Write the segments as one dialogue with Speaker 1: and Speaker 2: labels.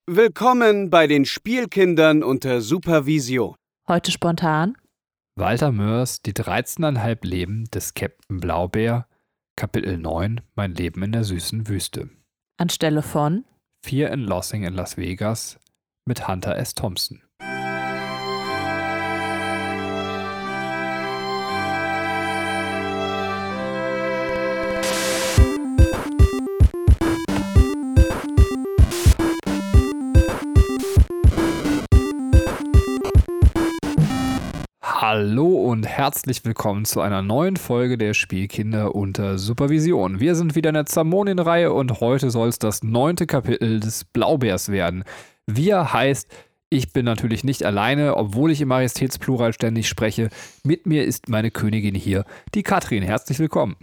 Speaker 1: Willkommen bei den Spielkindern unter Supervision.
Speaker 2: Heute spontan.
Speaker 3: Walter Mörs, die 13,5 Leben des Captain Blaubeer, Kapitel 9, Mein Leben in der süßen Wüste.
Speaker 2: Anstelle von
Speaker 3: Fear and Loathing in Las Vegas mit Hunter S. Thompson. Hallo und herzlich willkommen zu einer neuen Folge der Spielkinder unter Supervision. Wir sind wieder in der Zamonien-Reihe und heute soll es das 9. Kapitel des Blaubeers werden. Wir heißt, ich bin natürlich nicht alleine, obwohl ich im Majestätsplural ständig spreche. Mit mir ist meine Königin hier, die Katrin. Herzlich willkommen.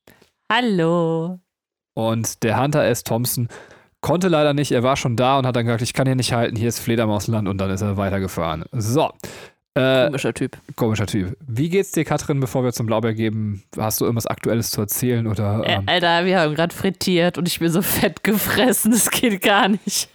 Speaker 2: Hallo.
Speaker 3: Und der Hunter S. Thompson konnte leider nicht, er war schon da und hat dann gesagt, ich kann hier nicht halten, hier ist Fledermausland, und dann ist er weitergefahren. So.
Speaker 2: Komischer Typ.
Speaker 3: Komischer Typ. Wie geht's dir, Katrin, bevor wir zum Blaubeer gehen? Hast du irgendwas Aktuelles zu erzählen? Oder,
Speaker 2: Alter, wir haben gerade frittiert und ich bin so fett gefressen, das geht gar nicht.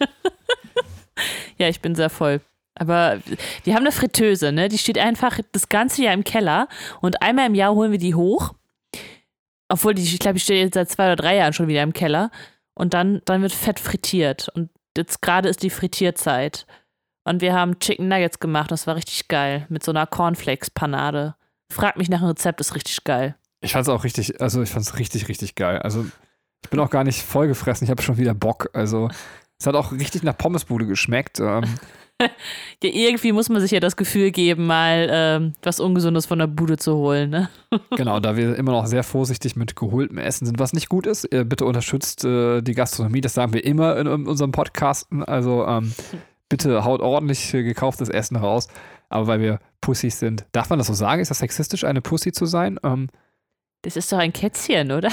Speaker 2: Ja, ich bin sehr voll. Aber wir haben eine Fritteuse, ne? Die steht einfach das ganze Jahr im Keller und einmal im Jahr holen wir die hoch. Obwohl, ich glaube, die steht jetzt seit 2 oder 3 Jahren schon wieder im Keller. Und dann wird fett frittiert. Und jetzt gerade ist die Frittierzeit. Und wir haben Chicken Nuggets gemacht, das war richtig geil. Mit so einer Cornflakes-Panade. Frag mich nach einem Rezept, ist richtig geil.
Speaker 3: Ich fand's auch richtig, richtig geil. Also, ich bin auch gar nicht vollgefressen, ich habe schon wieder Bock. Also, es hat auch richtig nach Pommesbude geschmeckt.
Speaker 2: Ja, irgendwie muss man sich ja das Gefühl geben, mal was Ungesundes von der Bude zu holen, ne?
Speaker 3: Genau, da wir immer noch sehr vorsichtig mit geholtem Essen sind, was nicht gut ist. Bitte unterstützt die Gastronomie, das sagen wir immer in unserem Podcasten. Also, bitte haut ordentlich gekauftes Essen raus. Aber weil wir Pussys sind, darf man das so sagen? Ist das sexistisch, eine Pussy zu sein?
Speaker 2: Das ist doch ein Kätzchen, oder?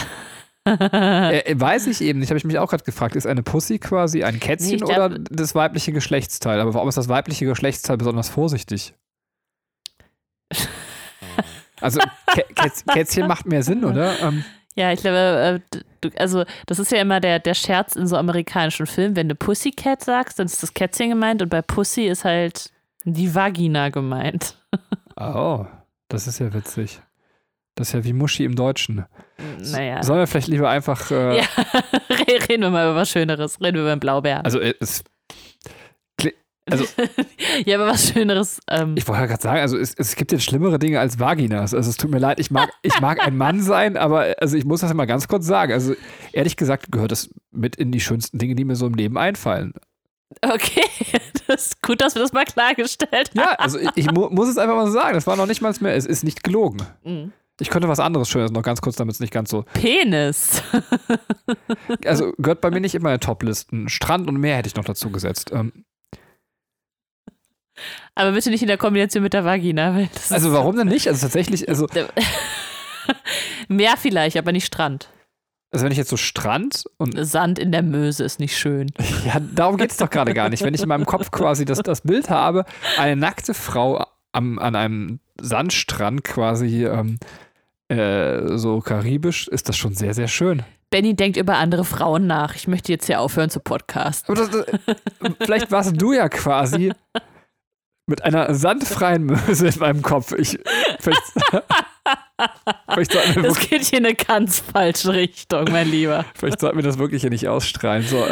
Speaker 3: Weiß ich eben nicht, habe ich mich auch gerade gefragt. Ist eine Pussy quasi ein Kätzchen oder das weibliche Geschlechtsteil? Aber warum ist das weibliche Geschlechtsteil besonders vorsichtig? Also Kätzchen macht mehr Sinn, oder?
Speaker 2: Ja, ich glaube, also das ist ja immer der Scherz in so amerikanischen Filmen. Wenn du Pussycat sagst, dann ist das Kätzchen gemeint und bei Pussy ist halt die Vagina gemeint.
Speaker 3: Oh, das ist ja witzig. Das ist ja wie Muschi im Deutschen.
Speaker 2: Naja.
Speaker 3: Sollen wir vielleicht lieber einfach...
Speaker 2: Ja, reden wir mal über was Schöneres. Reden wir über den Blaubeer.
Speaker 3: Also,
Speaker 2: ja, aber was Schöneres.
Speaker 3: Ich wollte gerade sagen, also es gibt jetzt schlimmere Dinge als Vaginas. Also es tut mir leid, ich mag ein Mann sein, aber also ich muss das mal ganz kurz sagen. Also ehrlich gesagt gehört das mit in die schönsten Dinge, die mir so im Leben einfallen.
Speaker 2: Okay, das ist gut, dass wir das mal klargestellt haben.
Speaker 3: Ja, also ich muss es einfach mal so sagen. Das war noch nicht mal mehr, es ist nicht gelogen.
Speaker 2: Mhm.
Speaker 3: Ich könnte was anderes Schönes noch ganz kurz, damit es nicht ganz so...
Speaker 2: Penis.
Speaker 3: Also gehört bei mir nicht immer in Toplisten. Strand und Meer hätte ich noch dazu gesetzt.
Speaker 2: Aber bitte nicht in der Kombination mit der Vagina. Weil
Speaker 3: also warum denn nicht? Also tatsächlich,
Speaker 2: Meer vielleicht, aber nicht Strand.
Speaker 3: Also wenn ich jetzt so Strand und...
Speaker 2: Sand in der Möse ist nicht schön.
Speaker 3: Ja, darum geht es doch gerade gar nicht. Wenn ich in meinem Kopf quasi das Bild habe, eine nackte Frau an einem Sandstrand quasi so karibisch, ist das schon sehr, sehr schön.
Speaker 2: Benny denkt über andere Frauen nach. Ich möchte jetzt hier aufhören zu podcasten.
Speaker 3: Aber vielleicht warst du ja quasi mit einer sandfreien Möse in meinem Kopf.
Speaker 2: Das geht hier in eine ganz falsche Richtung, mein Lieber.
Speaker 3: Vielleicht sollten wir das wirklich hier nicht ausstrahlen. So,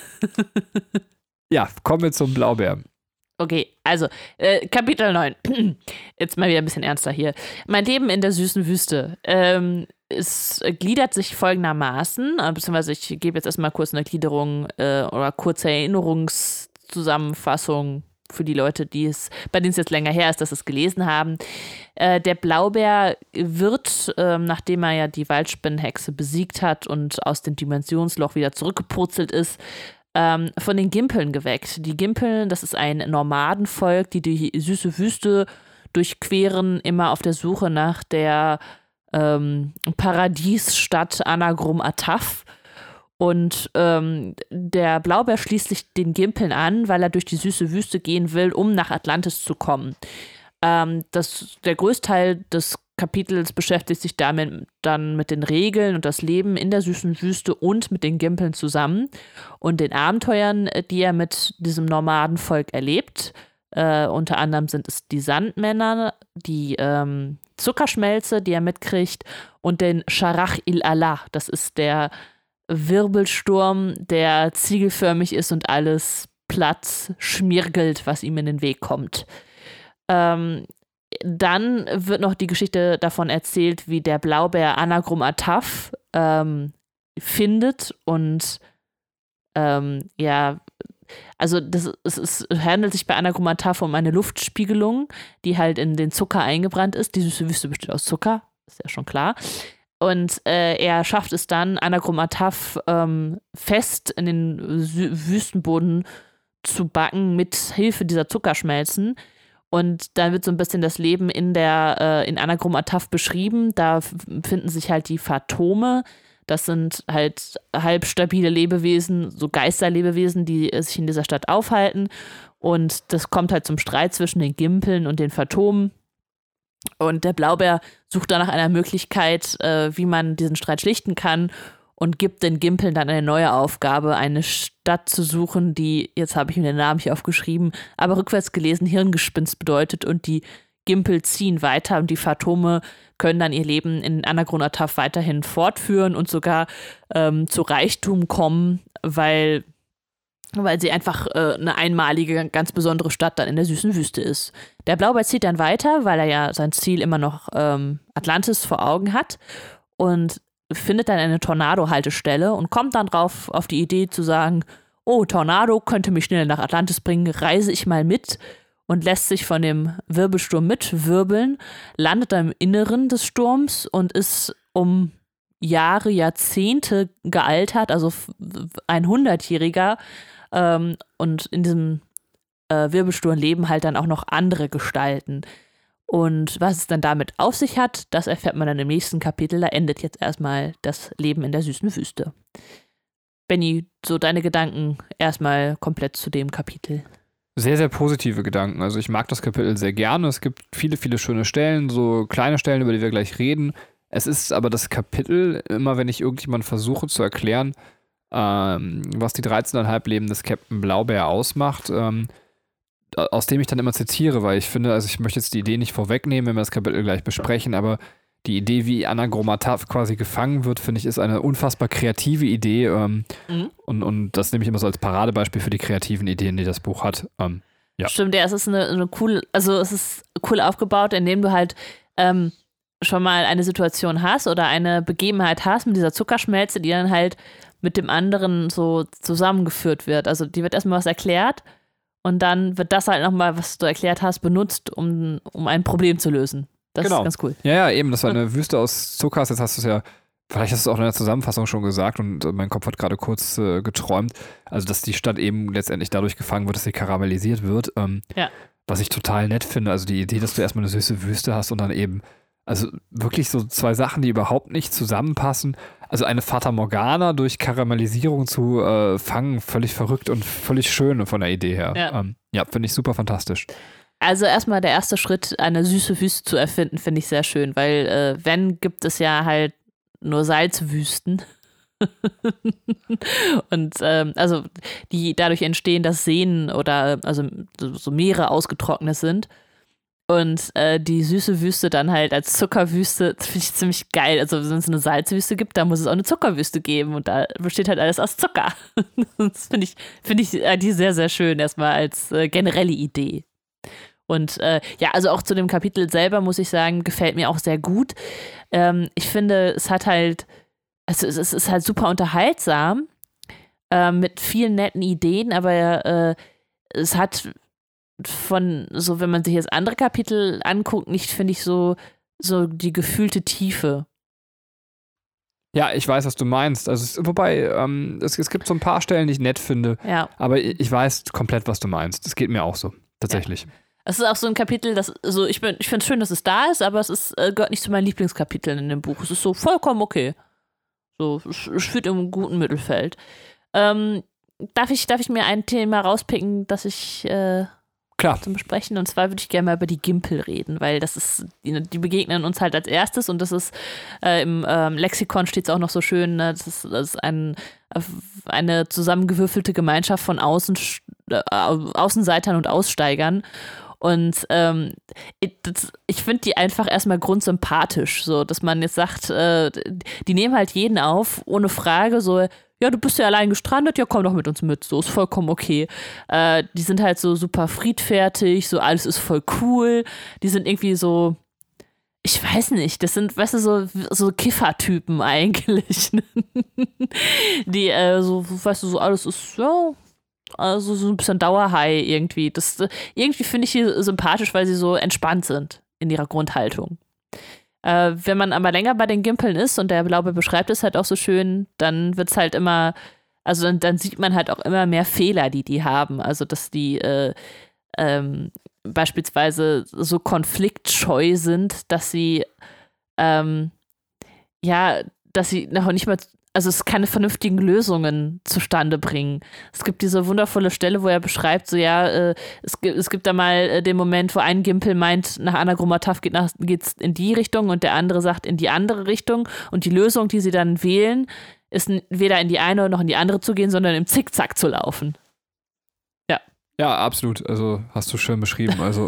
Speaker 3: ja, kommen wir zum Blaubeer.
Speaker 2: Okay, also Kapitel 9. Jetzt mal wieder ein bisschen ernster hier. Mein Leben in der süßen Wüste. Es gliedert sich folgendermaßen, beziehungsweise ich gebe jetzt erstmal kurz eine Gliederung oder kurze Erinnerungszusammenfassung für die Leute, bei denen es jetzt länger her ist, dass sie es gelesen haben. Der Blaubeer wird, nachdem er ja die Waldspinnenhexe besiegt hat und aus dem Dimensionsloch wieder zurückgepurzelt ist, von den Gimpeln geweckt. Die Gimpeln, das ist ein Nomadenvolk, die die süße Wüste durchqueren, immer auf der Suche nach der Paradiesstadt Anagrum Ataf. Und der Blaubeer schließt sich den Gimpeln an, weil er durch die süße Wüste gehen will, um nach Atlantis zu kommen. der Großteil des Kapitels beschäftigt sich damit dann mit den Regeln und das Leben in der süßen Wüste und mit den Gimpeln zusammen und den Abenteuern, die er mit diesem Nomadenvolk erlebt. Unter anderem sind es die Sandmänner, die Zuckerschmelze, die er mitkriegt, und den Sharach il-Allah. Das ist der Wirbelsturm, der ziegelförmig ist und alles platt schmirgelt, was ihm in den Weg kommt. Dann wird noch die Geschichte davon erzählt, wie der Blaubär Anagrum Ataf findet und also es handelt sich bei Anagrum Ataf um eine Luftspiegelung, die halt in den Zucker eingebrannt ist. Die süße Wüste besteht aus Zucker, ist ja schon klar. Und er schafft es dann, Anagrum Ataf fest in den Wüstenboden zu backen mit Hilfe dieser Zuckerschmelzen. Und dann wird so ein bisschen das Leben in Anagrum Ataf beschrieben. Da finden sich halt die Phantom. Das sind halt halbstabile Lebewesen, so Geisterlebewesen, die sich in dieser Stadt aufhalten. Und das kommt halt zum Streit zwischen den Gimpeln und den Phantomen. Und der Blaubär sucht dann nach einer Möglichkeit, wie man diesen Streit schlichten kann, und gibt den Gimpeln dann eine neue Aufgabe, eine Stadt zu suchen, die, jetzt habe ich mir den Namen hier aufgeschrieben, aber rückwärts gelesen Hirngespinst bedeutet, und die Gimpel ziehen weiter und die Phantome können dann ihr Leben in Anagrum Ataf weiterhin fortführen und sogar zu Reichtum kommen, weil sie einfach eine einmalige, ganz besondere Stadt dann in der süßen Wüste ist. Der Blaubeer zieht dann weiter, weil er ja sein Ziel immer noch Atlantis vor Augen hat, und findet dann eine Tornado-Haltestelle und kommt dann drauf auf die Idee zu sagen, oh, Tornado könnte mich schnell nach Atlantis bringen, reise ich mal mit, und lässt sich von dem Wirbelsturm mitwirbeln, landet dann im Inneren des Sturms und ist um Jahre, Jahrzehnte gealtert, also ein 100-Jähriger. Und in diesem Wirbelsturm leben halt dann auch noch andere Gestalten. Und was es dann damit auf sich hat, das erfährt man dann im nächsten Kapitel. Da endet jetzt erstmal das Leben in der süßen Wüste. Benni, so deine Gedanken erstmal komplett zu dem Kapitel.
Speaker 3: Sehr, sehr positive Gedanken. Also ich mag das Kapitel sehr gerne. Es gibt viele, viele schöne Stellen, so kleine Stellen, über die wir gleich reden. Es ist aber das Kapitel, immer wenn ich irgendjemand versuche zu erklären, was die 13,5 Leben des Captain Blaubeer ausmacht, aus dem ich dann immer zitiere, weil ich finde, also ich möchte jetzt die Idee nicht vorwegnehmen, wenn wir das Kapitel gleich besprechen, aber die Idee, wie Anagrum Ataf quasi gefangen wird, finde ich, ist eine unfassbar kreative Idee. Und das nehme ich immer so als Paradebeispiel für die kreativen Ideen, die das Buch hat. Ja.
Speaker 2: Stimmt, ja, es ist es ist cool aufgebaut, indem du halt schon mal eine Situation hast oder eine Begebenheit hast mit dieser Zuckerschmelze, die dann halt mit dem anderen so zusammengeführt wird. Also die wird erstmal was erklärt und dann wird das halt nochmal, was du erklärt hast, benutzt, um ein Problem zu lösen. Das ist ganz cool.
Speaker 3: Ja, eben, das war eine Wüste aus Zuckers. Jetzt hast du es ja, vielleicht hast du es auch in der Zusammenfassung schon gesagt und mein Kopf hat gerade kurz geträumt. Also, dass die Stadt eben letztendlich dadurch gefangen wird, dass sie karamellisiert wird. Was ich total nett finde. Also, die Idee, dass du erstmal eine süße Wüste hast und dann eben, also wirklich so zwei Sachen, die überhaupt nicht zusammenpassen. Also, eine Fata Morgana durch Karamellisierung zu fangen, völlig verrückt und völlig schön von der Idee her. Ja, finde ich super fantastisch.
Speaker 2: Also erstmal der erste Schritt, eine süße Wüste zu erfinden, finde ich sehr schön, weil wenn, gibt es ja halt nur Salzwüsten. Und also die dadurch entstehen, dass Seen oder also so Meere ausgetrocknet sind. Und die süße Wüste dann halt als Zuckerwüste, finde ich ziemlich geil. Also wenn es eine Salzwüste gibt, dann muss es auch eine Zuckerwüste geben und da besteht halt alles aus Zucker. Das finde ich eigentlich sehr, sehr schön, erstmal als generelle Idee. Und also auch zu dem Kapitel selber muss ich sagen, gefällt mir auch sehr gut. Ich finde, es hat halt, also es ist halt super unterhaltsam mit vielen netten Ideen, aber es hat von, so wenn man sich jetzt andere Kapitel anguckt, nicht, finde ich, so die gefühlte Tiefe.
Speaker 3: Ja, ich weiß, was du meinst. Also wobei, es gibt so ein paar Stellen, die ich nett finde, aber ich weiß komplett, was du meinst. Es geht mir auch so, tatsächlich. Ja.
Speaker 2: Es ist auch so ein Kapitel, das, also ich finde es schön, dass es da ist, aber es gehört nicht zu meinen Lieblingskapiteln in dem Buch. Es ist so vollkommen okay. So, es führt im guten Mittelfeld. Darf ich mir ein Thema rauspicken, das ich
Speaker 3: Klar.
Speaker 2: zum Besprechen. Und zwar würde ich gerne mal über die Gimpel reden, weil das ist, die begegnen uns halt als erstes und das ist im Lexikon steht es auch noch so schön, ne? Das ist eine zusammengewürfelte Gemeinschaft von Außenseitern und Aussteigern. Und ich finde die einfach erstmal grundsympathisch, so, dass man jetzt sagt, die nehmen halt jeden auf, ohne Frage, so, ja, du bist ja allein gestrandet, ja, komm doch mit uns mit, so, ist vollkommen okay. Die sind halt so super friedfertig, so, alles ist voll cool, die sind irgendwie so, ich weiß nicht, das sind, weißt du, so Kiffertypen eigentlich, die so, weißt du, so alles ist, ja, also so ein bisschen Dauerhigh irgendwie. Irgendwie finde ich die sympathisch, weil sie so entspannt sind in ihrer Grundhaltung. Wenn man aber länger bei den Gimpeln ist und der Blaube beschreibt es halt auch so schön, dann wird es halt immer, also dann sieht man halt auch immer mehr Fehler, die haben. Also dass die beispielsweise so konfliktscheu sind, dass sie dass sie noch nicht mal, also es keine vernünftigen Lösungen zustande bringen. Es gibt diese wundervolle Stelle, wo er beschreibt, so ja, es gibt da mal den Moment, wo ein Gimpel meint, nach Anagramataf geht's in die Richtung und der andere sagt in die andere Richtung und die Lösung, die sie dann wählen, ist weder in die eine noch in die andere zu gehen, sondern im Zickzack zu laufen. Ja.
Speaker 3: Ja, absolut. Also hast du schön beschrieben. Also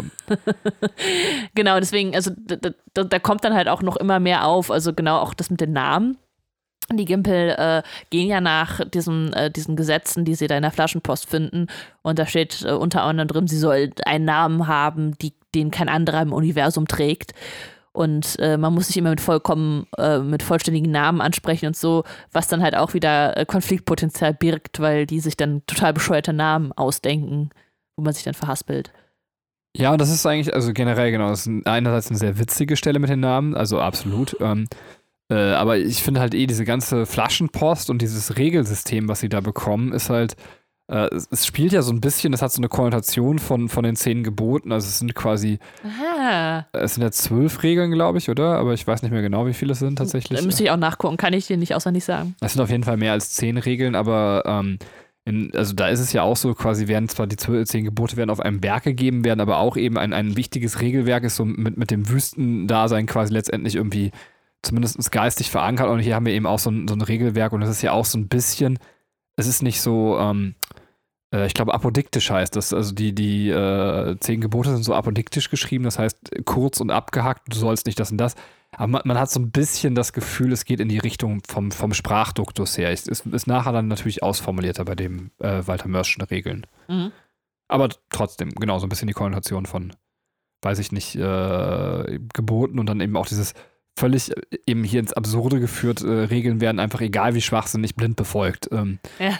Speaker 2: genau, deswegen, also da kommt dann halt auch noch immer mehr auf, also genau auch das mit den Namen. Die Gimpel gehen ja nach diesen Gesetzen, die sie da in der Flaschenpost finden. Und da steht unter anderem drin, sie soll einen Namen haben, den kein anderer im Universum trägt. Und man muss sich immer mit vollständigen Namen ansprechen und so, was dann halt auch wieder Konfliktpotenzial birgt, weil die sich dann total bescheuerte Namen ausdenken, wo man sich dann verhaspelt.
Speaker 3: ja, und das ist eigentlich, also generell genau, das ist einerseits eine sehr witzige Stelle mit den Namen, also absolut. Aber ich finde halt diese ganze Flaschenpost und dieses Regelsystem, was sie da bekommen, ist halt, es spielt ja so ein bisschen, das hat so eine Konnotation von den 10 Geboten, also es sind quasi, es sind ja 12 Regeln, glaube ich, oder? Aber ich weiß nicht mehr genau, wie viele es sind tatsächlich.
Speaker 2: Da müsste ich auch nachgucken, kann ich dir nicht auswendig sagen.
Speaker 3: Es sind auf jeden Fall mehr als 10 Regeln, aber also da ist es ja auch so, quasi werden zwar die 10 Gebote werden auf einem Berg gegeben werden, aber auch eben ein wichtiges Regelwerk ist so mit dem Wüstendasein quasi letztendlich irgendwie zumindest geistig verankert. Und hier haben wir eben auch so ein Regelwerk und das ist ja auch so ein bisschen, es ist nicht so, ich glaube apodiktisch heißt das, also die 10 Gebote sind so apodiktisch geschrieben, das heißt kurz und abgehackt, du sollst nicht das und das, aber man hat so ein bisschen das Gefühl, es geht in die Richtung vom Sprachduktus her. Es ist nachher dann natürlich ausformulierter bei dem Walter Mörsschen Regeln. Mhm. Aber trotzdem, genau, so ein bisschen die Konnotation von, weiß ich nicht, Geboten und dann eben auch dieses völlig eben hier ins Absurde geführt, Regeln werden einfach, egal wie schwachsinnig, blind befolgt.
Speaker 2: Ja.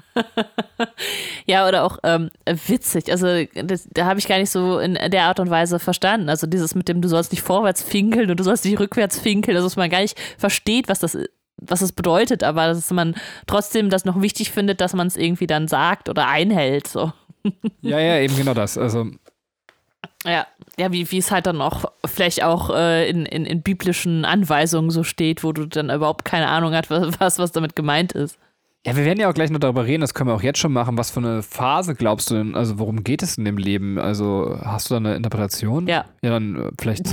Speaker 2: Ja, oder auch witzig. Also da habe ich gar nicht so in der Art und Weise verstanden. Also dieses mit dem, du sollst nicht vorwärts finkeln und du sollst nicht rückwärts finkeln, also dass man gar nicht versteht, was das bedeutet, aber dass man trotzdem das noch wichtig findet, dass man es irgendwie dann sagt oder einhält. So.
Speaker 3: Ja, eben genau das. Also
Speaker 2: ja, wie es halt dann auch vielleicht auch in biblischen Anweisungen so steht, wo du dann überhaupt keine Ahnung hast, was damit gemeint ist.
Speaker 3: Ja, wir werden ja auch gleich noch darüber reden, das können wir auch jetzt schon machen. Was für eine Phase glaubst du denn, also worum geht es in dem Leben? Also hast du da eine Interpretation?
Speaker 2: Ja.
Speaker 3: Ja, dann vielleicht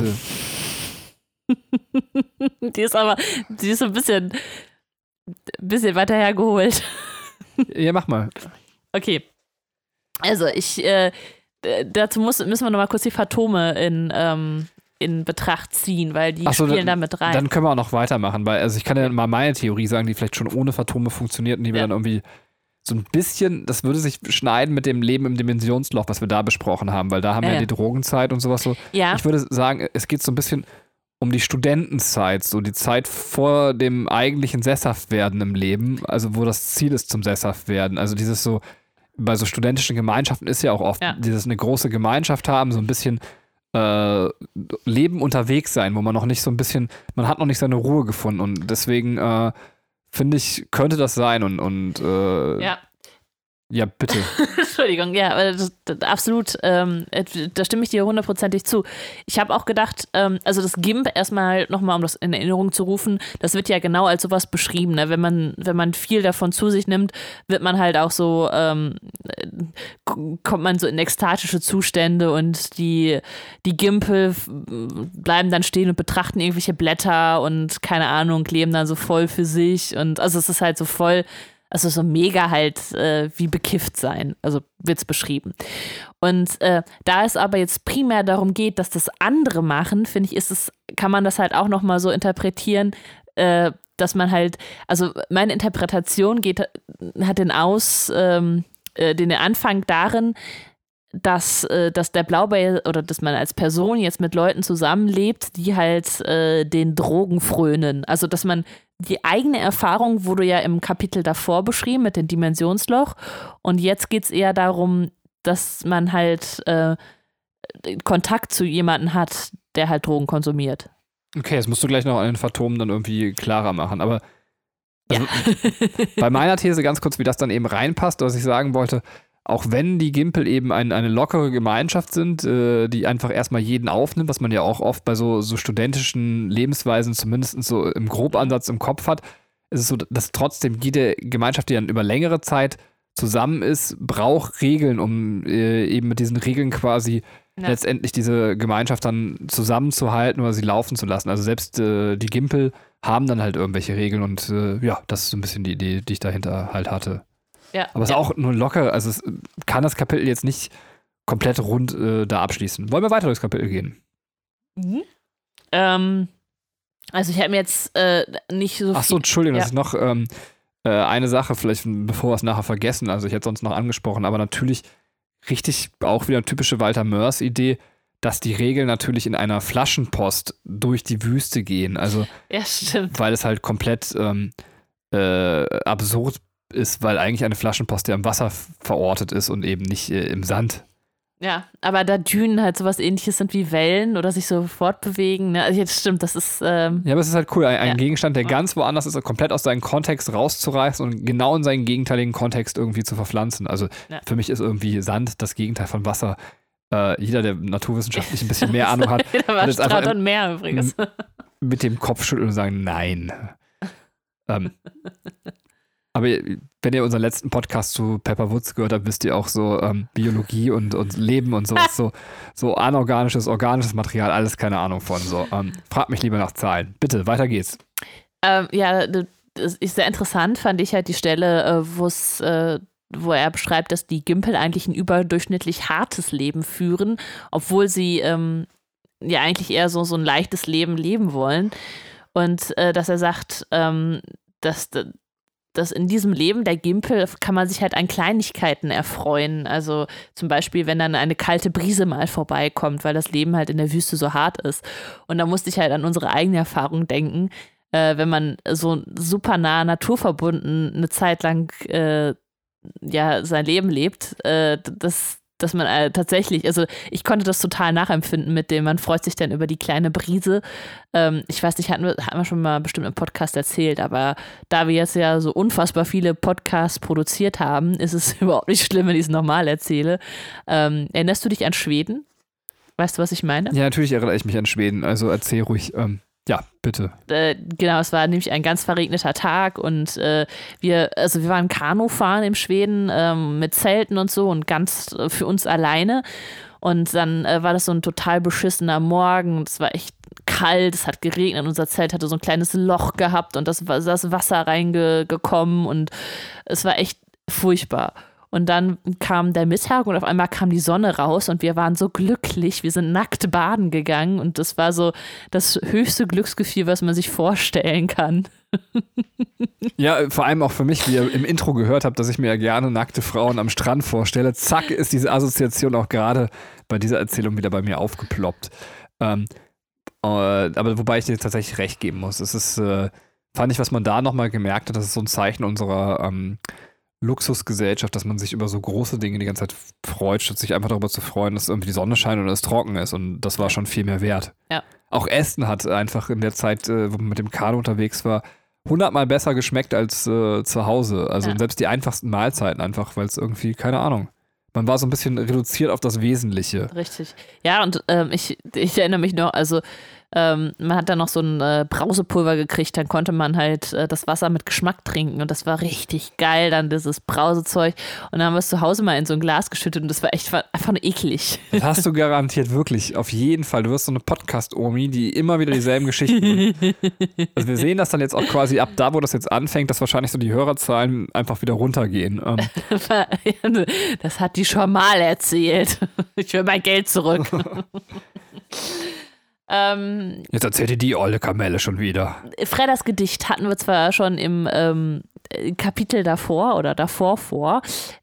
Speaker 2: Die ist so ein bisschen weiter hergeholt.
Speaker 3: Ja, mach mal.
Speaker 2: Okay. Also dazu müssen wir nochmal kurz die Phantom in Betracht ziehen, weil die spielen da mit rein.
Speaker 3: Dann können wir auch noch weitermachen, weil also ich kann ja mal meine Theorie sagen, die vielleicht schon ohne Phantome funktioniert und die wir dann irgendwie so ein bisschen, das würde sich schneiden mit dem Leben im Dimensionsloch, was wir da besprochen haben, weil da haben wir ja die Drogenzeit und sowas so.
Speaker 2: Ja.
Speaker 3: Ich würde sagen, es geht so ein bisschen um die Studentenzeit, so die Zeit vor dem eigentlichen Sesshaftwerden im Leben, also wo das Ziel ist zum Sesshaftwerden. Also dieses so, bei so studentischen Gemeinschaften ist ja auch oft dieses eine große Gemeinschaft haben, so ein bisschen Leben unterwegs sein, wo man noch nicht so ein bisschen, man hat noch nicht seine Ruhe gefunden und deswegen finde ich, könnte das sein und Ja, bitte.
Speaker 2: Entschuldigung, ja, aber das absolut, da stimme ich dir 100%ig zu. Ich habe auch gedacht, also das GIMP erstmal nochmal, um das in Erinnerung zu rufen, das wird ja genau als sowas beschrieben. Ne? Wenn man viel davon zu sich nimmt, wird man halt auch so, kommt man so in ekstatische Zustände und die Gimpel bleiben dann stehen und betrachten irgendwelche Blätter und keine Ahnung, leben dann so voll für sich und also es ist halt so voll. Also so mega halt wie bekifft sein, also wird's beschrieben. Und da es aber jetzt primär darum geht, dass das andere machen, finde ich, kann man das halt auch nochmal so interpretieren, dass man halt, also meine Interpretation hat den Anfang darin, dass der Blaubeer oder dass man als Person jetzt mit Leuten zusammenlebt, die halt den Drogen frönen. Also dass man die eigene Erfahrung wurde ja im Kapitel davor beschrieben mit dem Dimensionsloch und jetzt geht es eher darum, dass man halt Kontakt zu jemandem hat, der halt Drogen konsumiert.
Speaker 3: Okay, das musst du gleich noch an den Phantomen dann irgendwie klarer machen, aber also, bei meiner These ganz kurz, wie das dann eben reinpasst, was ich sagen wollte, auch wenn die Gimpel eben eine lockere Gemeinschaft sind, die einfach erstmal jeden aufnimmt, was man ja auch oft bei so studentischen Lebensweisen zumindest so im Grobansatz im Kopf hat, ist es so, dass trotzdem jede Gemeinschaft, die dann über längere Zeit zusammen ist, braucht Regeln, um eben mit diesen Regeln quasi letztendlich diese Gemeinschaft dann zusammenzuhalten oder sie laufen zu lassen. Also selbst die Gimpel haben dann halt irgendwelche Regeln und das ist so ein bisschen die Idee, die ich dahinter halt hatte. Ja, aber es ist auch nur locker, also es kann das Kapitel jetzt nicht komplett rund da abschließen. Wollen wir weiter durchs Kapitel gehen?
Speaker 2: Mhm. Also ich habe mir jetzt nicht so viel...
Speaker 3: Achso, Entschuldigung, das ist noch eine Sache, vielleicht bevor wir es nachher vergessen, also ich hätte sonst noch angesprochen, aber natürlich richtig auch wieder eine typische Walter Mörs-Idee, dass die Regeln natürlich in einer Flaschenpost durch die Wüste gehen. Also,
Speaker 2: ja, stimmt.
Speaker 3: Weil es halt komplett absurd ist, weil eigentlich eine Flaschenpost ja im Wasser verortet ist und eben nicht im Sand.
Speaker 2: Ja, aber da Dünen halt sowas Ähnliches sind wie Wellen oder sich so fortbewegen. Ne? Also jetzt stimmt, das ist... Ja,
Speaker 3: aber es ist halt cool, ein Gegenstand, der ganz woanders ist, komplett aus seinem Kontext rauszureißen und genau in seinen gegenteiligen Kontext irgendwie zu verpflanzen. Also für mich ist irgendwie Sand das Gegenteil von Wasser. Jeder, der naturwissenschaftlich ein bisschen mehr Ahnung hat,
Speaker 2: wird jetzt einfach mehr übrigens.
Speaker 3: Mit dem Kopf schütteln und sagen, nein. Aber wenn ihr unseren letzten Podcast zu Pepper Woods gehört habt, wisst ihr auch so Biologie und Leben und sowas, so anorganisches, organisches Material, alles keine Ahnung von. So. Fragt mich lieber nach Zahlen. Bitte, weiter geht's.
Speaker 2: Ja, das ist sehr interessant, fand ich halt die Stelle, wo er beschreibt, dass die Gimpel eigentlich ein überdurchschnittlich hartes Leben führen, obwohl sie ja eigentlich eher so ein leichtes Leben leben wollen. Und dass er sagt, dass in diesem Leben der Gimpel kann man sich halt an Kleinigkeiten erfreuen. Also zum Beispiel, wenn dann eine kalte Brise mal vorbeikommt, weil das Leben halt in der Wüste so hart ist. Und da musste ich halt an unsere eigene Erfahrung denken, wenn man so super nah naturverbunden eine Zeit lang sein Leben lebt, dass man tatsächlich, also ich konnte das total nachempfinden mit dem, man freut sich dann über die kleine Brise. Ich weiß nicht, hatten wir schon mal bestimmt im Podcast erzählt, aber da wir jetzt ja so unfassbar viele Podcasts produziert haben, ist es überhaupt nicht schlimm, wenn ich es nochmal erzähle. Erinnerst du dich an Schweden? Weißt du, was ich meine?
Speaker 3: Ja, natürlich erinnere ich mich an Schweden, also erzähl ruhig. Ja, bitte.
Speaker 2: Genau, es war nämlich ein ganz verregneter Tag und wir waren Kanufahren in Schweden mit Zelten und so und ganz für uns alleine. Und dann war das so ein total beschissener Morgen. Es war echt kalt, es hat geregnet. Unser Zelt hatte so ein kleines Loch gehabt und das Wasser reingekommen und es war echt furchtbar. Und dann kam der Mittag und auf einmal kam die Sonne raus und wir waren so glücklich. Wir sind nackt baden gegangen und das war so das höchste Glücksgefühl, was man sich vorstellen kann.
Speaker 3: Ja, vor allem auch für mich, wie ihr im Intro gehört habt, dass ich mir ja gerne nackte Frauen am Strand vorstelle. Zack, ist diese Assoziation auch gerade bei dieser Erzählung wieder bei mir aufgeploppt. Aber wobei ich dir tatsächlich recht geben muss. Es ist, fand ich, was man da nochmal gemerkt hat, das ist so ein Zeichen unserer Luxusgesellschaft, dass man sich über so große Dinge die ganze Zeit freut, statt sich einfach darüber zu freuen, dass irgendwie die Sonne scheint und es trocken ist. Und das war schon viel mehr wert.
Speaker 2: Ja.
Speaker 3: Auch Aston hat einfach in der Zeit, wo man mit dem Kanu unterwegs war, 100-mal besser geschmeckt als zu Hause. Also selbst die einfachsten Mahlzeiten einfach, weil es irgendwie, keine Ahnung. Man war so ein bisschen reduziert auf das Wesentliche.
Speaker 2: Richtig. Ja, und ich erinnere mich noch, also man hat dann noch so ein Brausepulver gekriegt, dann konnte man halt das Wasser mit Geschmack trinken und das war richtig geil, dann dieses Brausezeug. Und dann haben wir es zu Hause mal in so ein Glas geschüttet und das war einfach nur eklig.
Speaker 3: Das hast du garantiert, wirklich, auf jeden Fall. Du wirst so eine Podcast-Omi, die immer wieder dieselben Geschichten. Also wir sehen das dann jetzt auch quasi ab da, wo das jetzt anfängt, dass wahrscheinlich so die Hörerzahlen einfach wieder runtergehen.
Speaker 2: Das hat die schon mal erzählt. Ich will mein Geld zurück.
Speaker 3: Jetzt erzählt ihr die olle Kamelle schon wieder.
Speaker 2: Freddas Gedicht hatten wir zwar schon im Kapitel davor oder davor vor,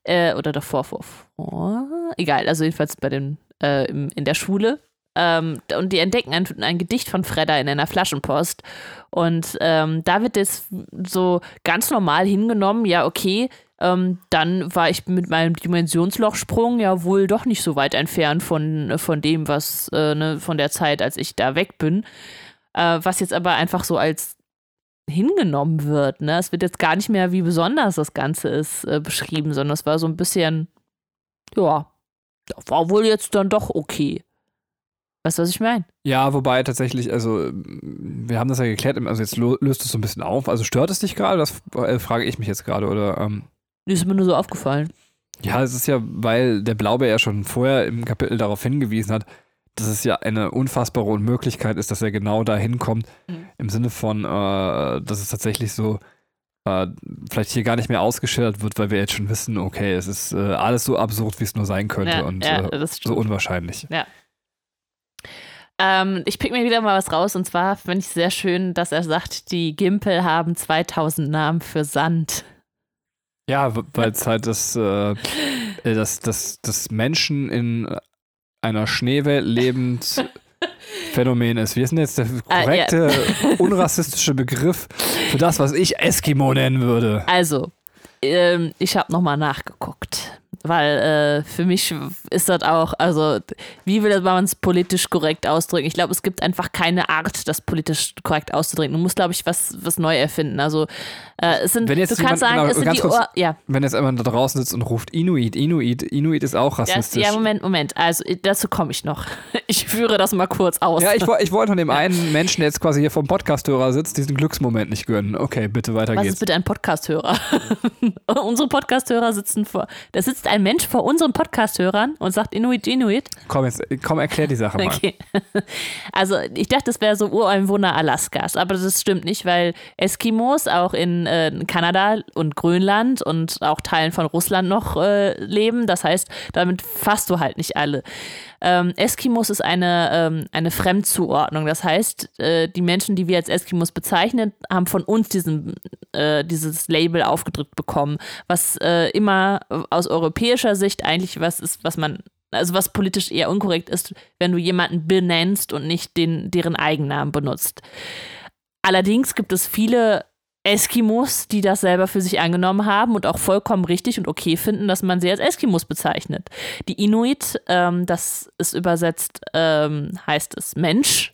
Speaker 2: egal, also jedenfalls bei den in der Schule. Und die entdecken ein Gedicht von Fredda in einer Flaschenpost. Und da wird jetzt so ganz normal hingenommen, ja, okay, dann war ich mit meinem Dimensionslochsprung ja wohl doch nicht so weit entfernt von dem, was von der Zeit, als ich da weg bin. Was jetzt aber einfach so als hingenommen wird. Ne? Es wird jetzt gar nicht mehr, wie besonders das Ganze ist, beschrieben, sondern es war so ein bisschen, ja, war wohl jetzt dann doch okay. Weißt du, was ich meine?
Speaker 3: Ja, wobei tatsächlich, also wir haben das ja geklärt, also jetzt löst es so ein bisschen auf. Also stört es dich gerade? Das frage ich mich jetzt gerade, oder?
Speaker 2: Ist mir nur so aufgefallen.
Speaker 3: Ja, es ist ja, weil der Blaubeer ja schon vorher im Kapitel darauf hingewiesen hat, dass es ja eine unfassbare Unmöglichkeit ist, dass er genau da hinkommt, im Sinne von, dass es tatsächlich so vielleicht hier gar nicht mehr ausgeschildert wird, weil wir jetzt schon wissen, okay, es ist alles so absurd, wie es nur sein könnte und so unwahrscheinlich.
Speaker 2: Ja. Ich pick mir wieder mal was raus und zwar finde ich sehr schön, dass er sagt, die Gimpel haben 2000 Namen für Sand.
Speaker 3: Ja, weil es halt das Menschen in einer Schneewelt lebend Phänomen ist. Wie ist denn jetzt der korrekte, unrassistische Begriff für das, was ich Eskimo nennen würde?
Speaker 2: Also, ich habe nochmal nachgeguckt. Weil für mich ist das auch, also wie will man es politisch korrekt ausdrücken? Ich glaube, es gibt einfach keine Art, das politisch korrekt auszudrücken. Du musst, glaube ich, was neu erfinden. Also es sind,
Speaker 3: wenn jetzt
Speaker 2: du kannst sagen, es sind die
Speaker 3: wenn jetzt jemand da draußen sitzt und ruft Inuit ist auch rassistisch.
Speaker 2: Ja, Moment. Also dazu komme ich noch. Ich führe das mal kurz aus.
Speaker 3: Ja, ich wollte von dem einen Menschen, der jetzt quasi hier vom Podcast-Hörer sitzt, diesen Glücksmoment nicht gönnen. Okay, bitte, weiter geht's.
Speaker 2: Was ist bitte ein Podcast-Hörer? Unsere Podcast-Hörer da sitzt ein Mensch vor unseren Podcast-Hörern und sagt Inuit.
Speaker 3: Komm, erklär die Sache mal.
Speaker 2: Okay. Also ich dachte, das wäre so Ureinwohner Alaskas, aber das stimmt nicht, weil Eskimos auch in Kanada und Grönland und auch Teilen von Russland noch leben. Das heißt, damit fasst du halt nicht alle. Eskimos ist eine Fremdzuordnung. Das heißt, die Menschen, die wir als Eskimos bezeichnen, haben von uns dieses Label aufgedrückt bekommen, was immer aus europäischer Sicht eigentlich was ist, was politisch eher unkorrekt ist, wenn du jemanden benennst und nicht deren Eigennamen benutzt. Allerdings gibt es viele Eskimos, die das selber für sich angenommen haben und auch vollkommen richtig und okay finden, dass man sie als Eskimos bezeichnet. Die Inuit, das ist übersetzt, heißt es Mensch.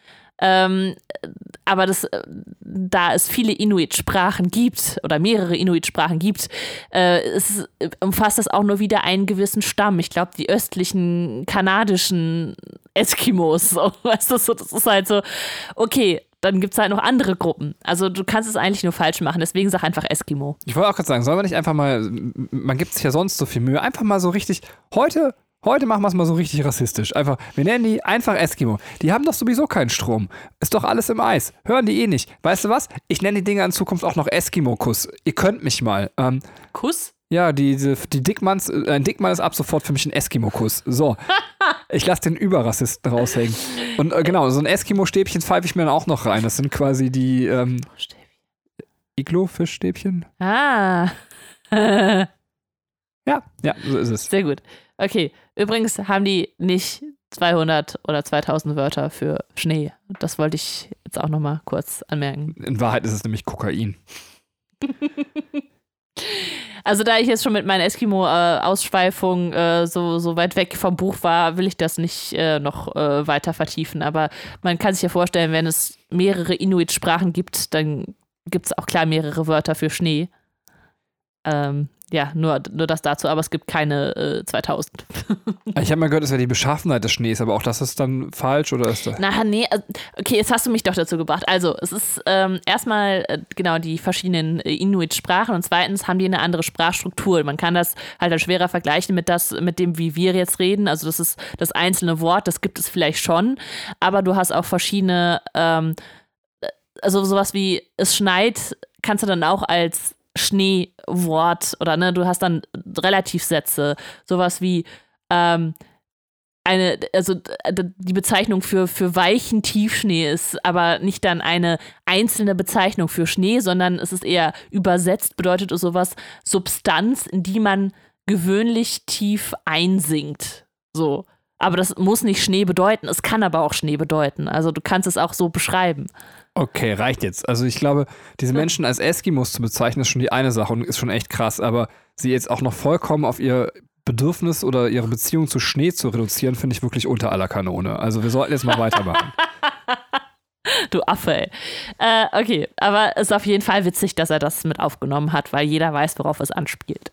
Speaker 2: Aber da es viele Inuit-Sprachen gibt oder mehrere Inuit-Sprachen gibt, umfasst das auch nur wieder einen gewissen Stamm. Ich glaube, die östlichen kanadischen Eskimos. So, weißt du, das ist halt so, okay, dann gibt es halt noch andere Gruppen. Also du kannst es eigentlich nur falsch machen, deswegen sag einfach Eskimo.
Speaker 3: Ich wollte auch gerade sagen, sollen wir nicht einfach mal, man gibt sich ja sonst so viel Mühe, einfach mal so richtig, heute machen wir es mal so richtig rassistisch. Einfach, wir nennen die einfach Eskimo. Die haben doch sowieso keinen Strom. Ist doch alles im Eis. Hören die eh nicht. Weißt du was? Ich nenne die Dinger in Zukunft auch noch Eskimo-Kuss. Ihr könnt mich mal.
Speaker 2: Kuss?
Speaker 3: Ja, ein Dickmann ist ab sofort für mich ein Eskimo-Kuss. So. Ich lasse den Überrassisten raushängen. Und genau, so ein Eskimo-Stäbchen pfeife ich mir dann auch noch rein. Das sind quasi die Iglo-Fischstäbchen.
Speaker 2: Ah.
Speaker 3: Ja, so ist es.
Speaker 2: Sehr gut. Okay, übrigens haben die nicht 200 oder 2000 Wörter für Schnee. Das wollte ich jetzt auch nochmal kurz anmerken.
Speaker 3: In Wahrheit ist es nämlich Kokain.
Speaker 2: Also da ich jetzt schon mit meiner Eskimo-Ausschweifung so weit weg vom Buch war, will ich das nicht noch weiter vertiefen. Aber man kann sich ja vorstellen, wenn es mehrere Inuit-Sprachen gibt, dann gibt es auch klar mehrere Wörter für Schnee. Ja, nur das dazu, aber es gibt keine 2000.
Speaker 3: Ich habe mal gehört, es wäre die Beschaffenheit des Schnees, aber auch das ist dann falsch, oder ist das?
Speaker 2: Na, nee, okay, jetzt hast du mich doch dazu gebracht. Also, es ist erstmal genau die verschiedenen Inuit-Sprachen und zweitens haben die eine andere Sprachstruktur. Man kann das halt dann schwerer vergleichen mit dem, wie wir jetzt reden. Also, das ist das einzelne Wort, das gibt es vielleicht schon, aber du hast auch verschiedene, also sowas wie es schneit, kannst du dann auch als Schneewort oder ne, du hast dann Relativsätze, sowas wie die Bezeichnung für weichen Tiefschnee ist aber nicht dann eine einzelne Bezeichnung für Schnee, sondern es ist eher übersetzt, bedeutet es sowas Substanz, in die man gewöhnlich tief einsinkt. So. Aber das muss nicht Schnee bedeuten, es kann aber auch Schnee bedeuten. Also du kannst es auch so beschreiben.
Speaker 3: Okay, reicht jetzt. Also ich glaube, diese Menschen als Eskimos zu bezeichnen, ist schon die eine Sache und ist schon echt krass, aber sie jetzt auch noch vollkommen auf ihr Bedürfnis oder ihre Beziehung zu Schnee zu reduzieren, finde ich wirklich unter aller Kanone. Also wir sollten jetzt mal weitermachen.
Speaker 2: Du Affe, ey. Okay, aber es ist auf jeden Fall witzig, dass er das mit aufgenommen hat, weil jeder weiß, worauf es anspielt.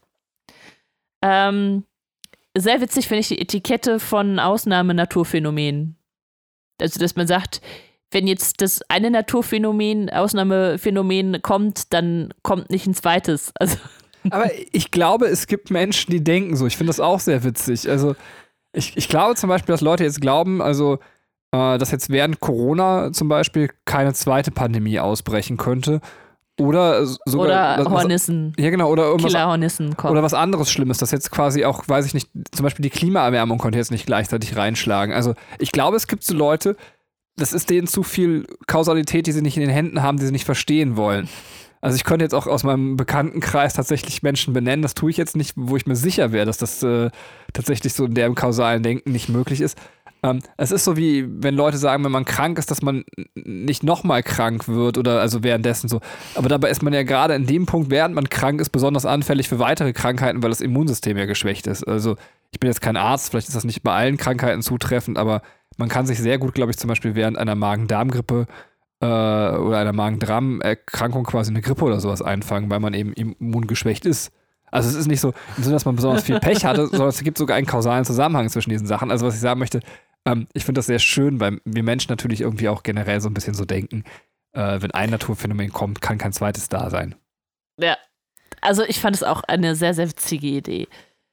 Speaker 2: Sehr witzig finde ich die Etikette von Ausnahmenaturphänomenen. Also, dass man sagt, wenn jetzt das eine Naturphänomen, Ausnahmephänomen kommt, dann kommt nicht ein zweites. Also.
Speaker 3: Aber ich glaube, es gibt Menschen, die denken so. Ich finde das auch sehr witzig. Also ich glaube zum Beispiel, dass Leute jetzt glauben, also dass jetzt während Corona zum Beispiel keine zweite Pandemie ausbrechen könnte. Oder sogar.
Speaker 2: Oder Hornissen.
Speaker 3: Ja, genau. Oder irgendwas.
Speaker 2: Killerhornissen kommen.
Speaker 3: Oder was anderes Schlimmes, dass jetzt quasi auch, weiß ich nicht, zum Beispiel die Klimaerwärmung konnte jetzt nicht gleichzeitig reinschlagen. Also ich glaube, es gibt so Leute, das ist denen zu viel Kausalität, die sie nicht in den Händen haben, die sie nicht verstehen wollen. Also ich könnte jetzt auch aus meinem Bekanntenkreis tatsächlich Menschen benennen, das tue ich jetzt nicht, wo ich mir sicher wäre, dass das tatsächlich so in dem kausalen Denken nicht möglich ist. Es ist so wie, wenn Leute sagen, wenn man krank ist, dass man nicht nochmal krank wird oder also währenddessen so. Aber dabei ist man ja gerade in dem Punkt, während man krank ist, besonders anfällig für weitere Krankheiten, weil das Immunsystem ja geschwächt ist. Also ich bin jetzt kein Arzt, vielleicht ist das nicht bei allen Krankheiten zutreffend, aber man kann sich sehr gut, glaube ich, zum Beispiel während einer Magen-Darm-Grippe oder einer Magen-Darm-Erkrankung quasi eine Grippe oder sowas einfangen, weil man eben immungeschwächt ist. Also es ist nicht so, im Sinne, dass man besonders viel Pech hatte, sondern es gibt sogar einen kausalen Zusammenhang zwischen diesen Sachen. Also was ich sagen möchte, ich finde das sehr schön, weil wir Menschen natürlich irgendwie auch generell so ein bisschen so denken, wenn ein Naturphänomen kommt, kann kein zweites da sein.
Speaker 2: Ja, also ich fand es auch eine sehr, sehr witzige Idee.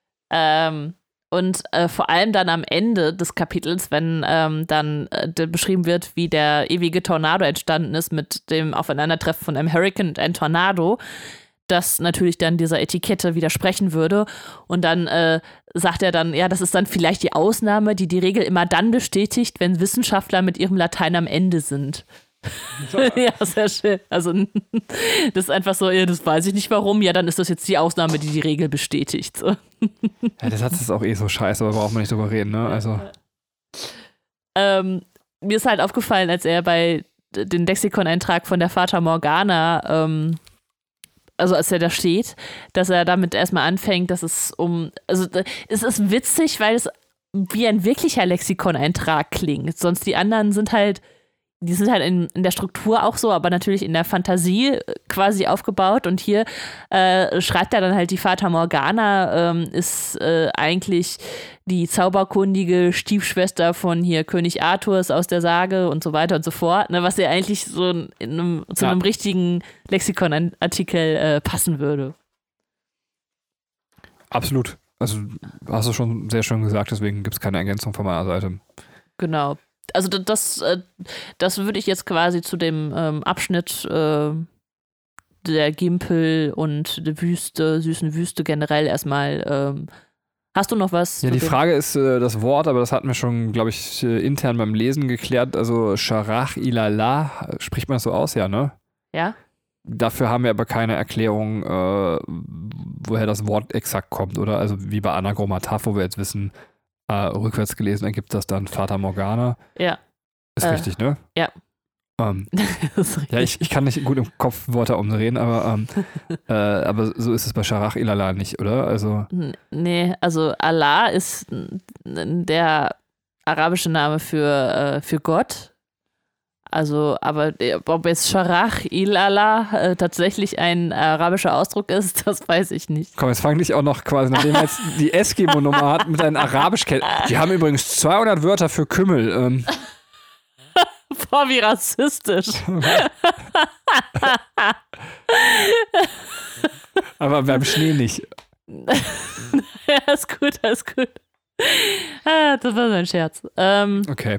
Speaker 2: Und vor allem dann am Ende des Kapitels, wenn dann beschrieben wird, wie der ewige Tornado entstanden ist mit dem Aufeinandertreffen von einem Hurricane und einem Tornado, das natürlich dann dieser Etikette widersprechen würde. Und dann sagt er dann, ja, das ist dann vielleicht die Ausnahme, die die Regel immer dann bestätigt, wenn Wissenschaftler mit ihrem Latein am Ende sind. Ja, sehr schön. Also das ist einfach so, ja, das weiß ich nicht warum. Ja, dann ist das jetzt die Ausnahme, die die Regel bestätigt. So.
Speaker 3: Ja, der Satz ist auch eh so scheiße, aber braucht man nicht drüber reden, ne? Also.
Speaker 2: Mir ist halt aufgefallen, als er bei den Lexikon-Eintrag von der Fata Morgana, also als er da steht, dass er damit erstmal anfängt, dass es also es ist witzig, weil es wie ein wirklicher Lexikon-Eintrag klingt. Sonst die anderen sind halt in der Struktur auch so, aber natürlich in der Fantasie quasi aufgebaut. Und hier schreibt er dann halt, die Fata Morgana ist eigentlich die zauberkundige Stiefschwester von hier König Arthurs aus der Sage und so weiter und so fort, ne, was ja eigentlich so zu einem richtigen Lexikon-Artikel passen würde.
Speaker 3: Absolut. Also hast du schon sehr schön gesagt, deswegen gibt es keine Ergänzung von meiner Seite.
Speaker 2: Genau. Also das würde ich jetzt quasi zu dem Abschnitt der Gimpel und der Wüste, süßen Wüste generell erstmal. Hast du noch was?
Speaker 3: Ja, die Frage ist das Wort, aber das hatten wir schon, glaube ich, intern beim Lesen geklärt. Also Sharach Ilala, spricht man das so aus, ja, ne?
Speaker 2: Ja.
Speaker 3: Dafür haben wir aber keine Erklärung, woher das Wort exakt kommt, oder? Also wie bei Anagrammata, wo wir jetzt wissen, rückwärts gelesen ergibt das dann Fata Morgana.
Speaker 2: Ja.
Speaker 3: Ist richtig, ne?
Speaker 2: Ja.
Speaker 3: Ist richtig. Ja, ich kann nicht gut im Kopf Wörter umdrehen, aber so ist es bei Sharach Ilala nicht, oder? Also
Speaker 2: nee, also Allah ist der arabische Name für Gott, Also, aber ob jetzt Scharach, Ilala tatsächlich ein arabischer Ausdruck ist, das weiß ich nicht.
Speaker 3: Komm, jetzt fang dich auch noch quasi, nachdem er jetzt die Eskimo-Nummer hat, mit einem Arabisch kennen. Die haben übrigens 200 Wörter für Kümmel.
Speaker 2: Boah, wie rassistisch.
Speaker 3: Aber beim Schnee nicht.
Speaker 2: Ja, ist gut, alles gut. Das war so ein Scherz.
Speaker 3: Okay.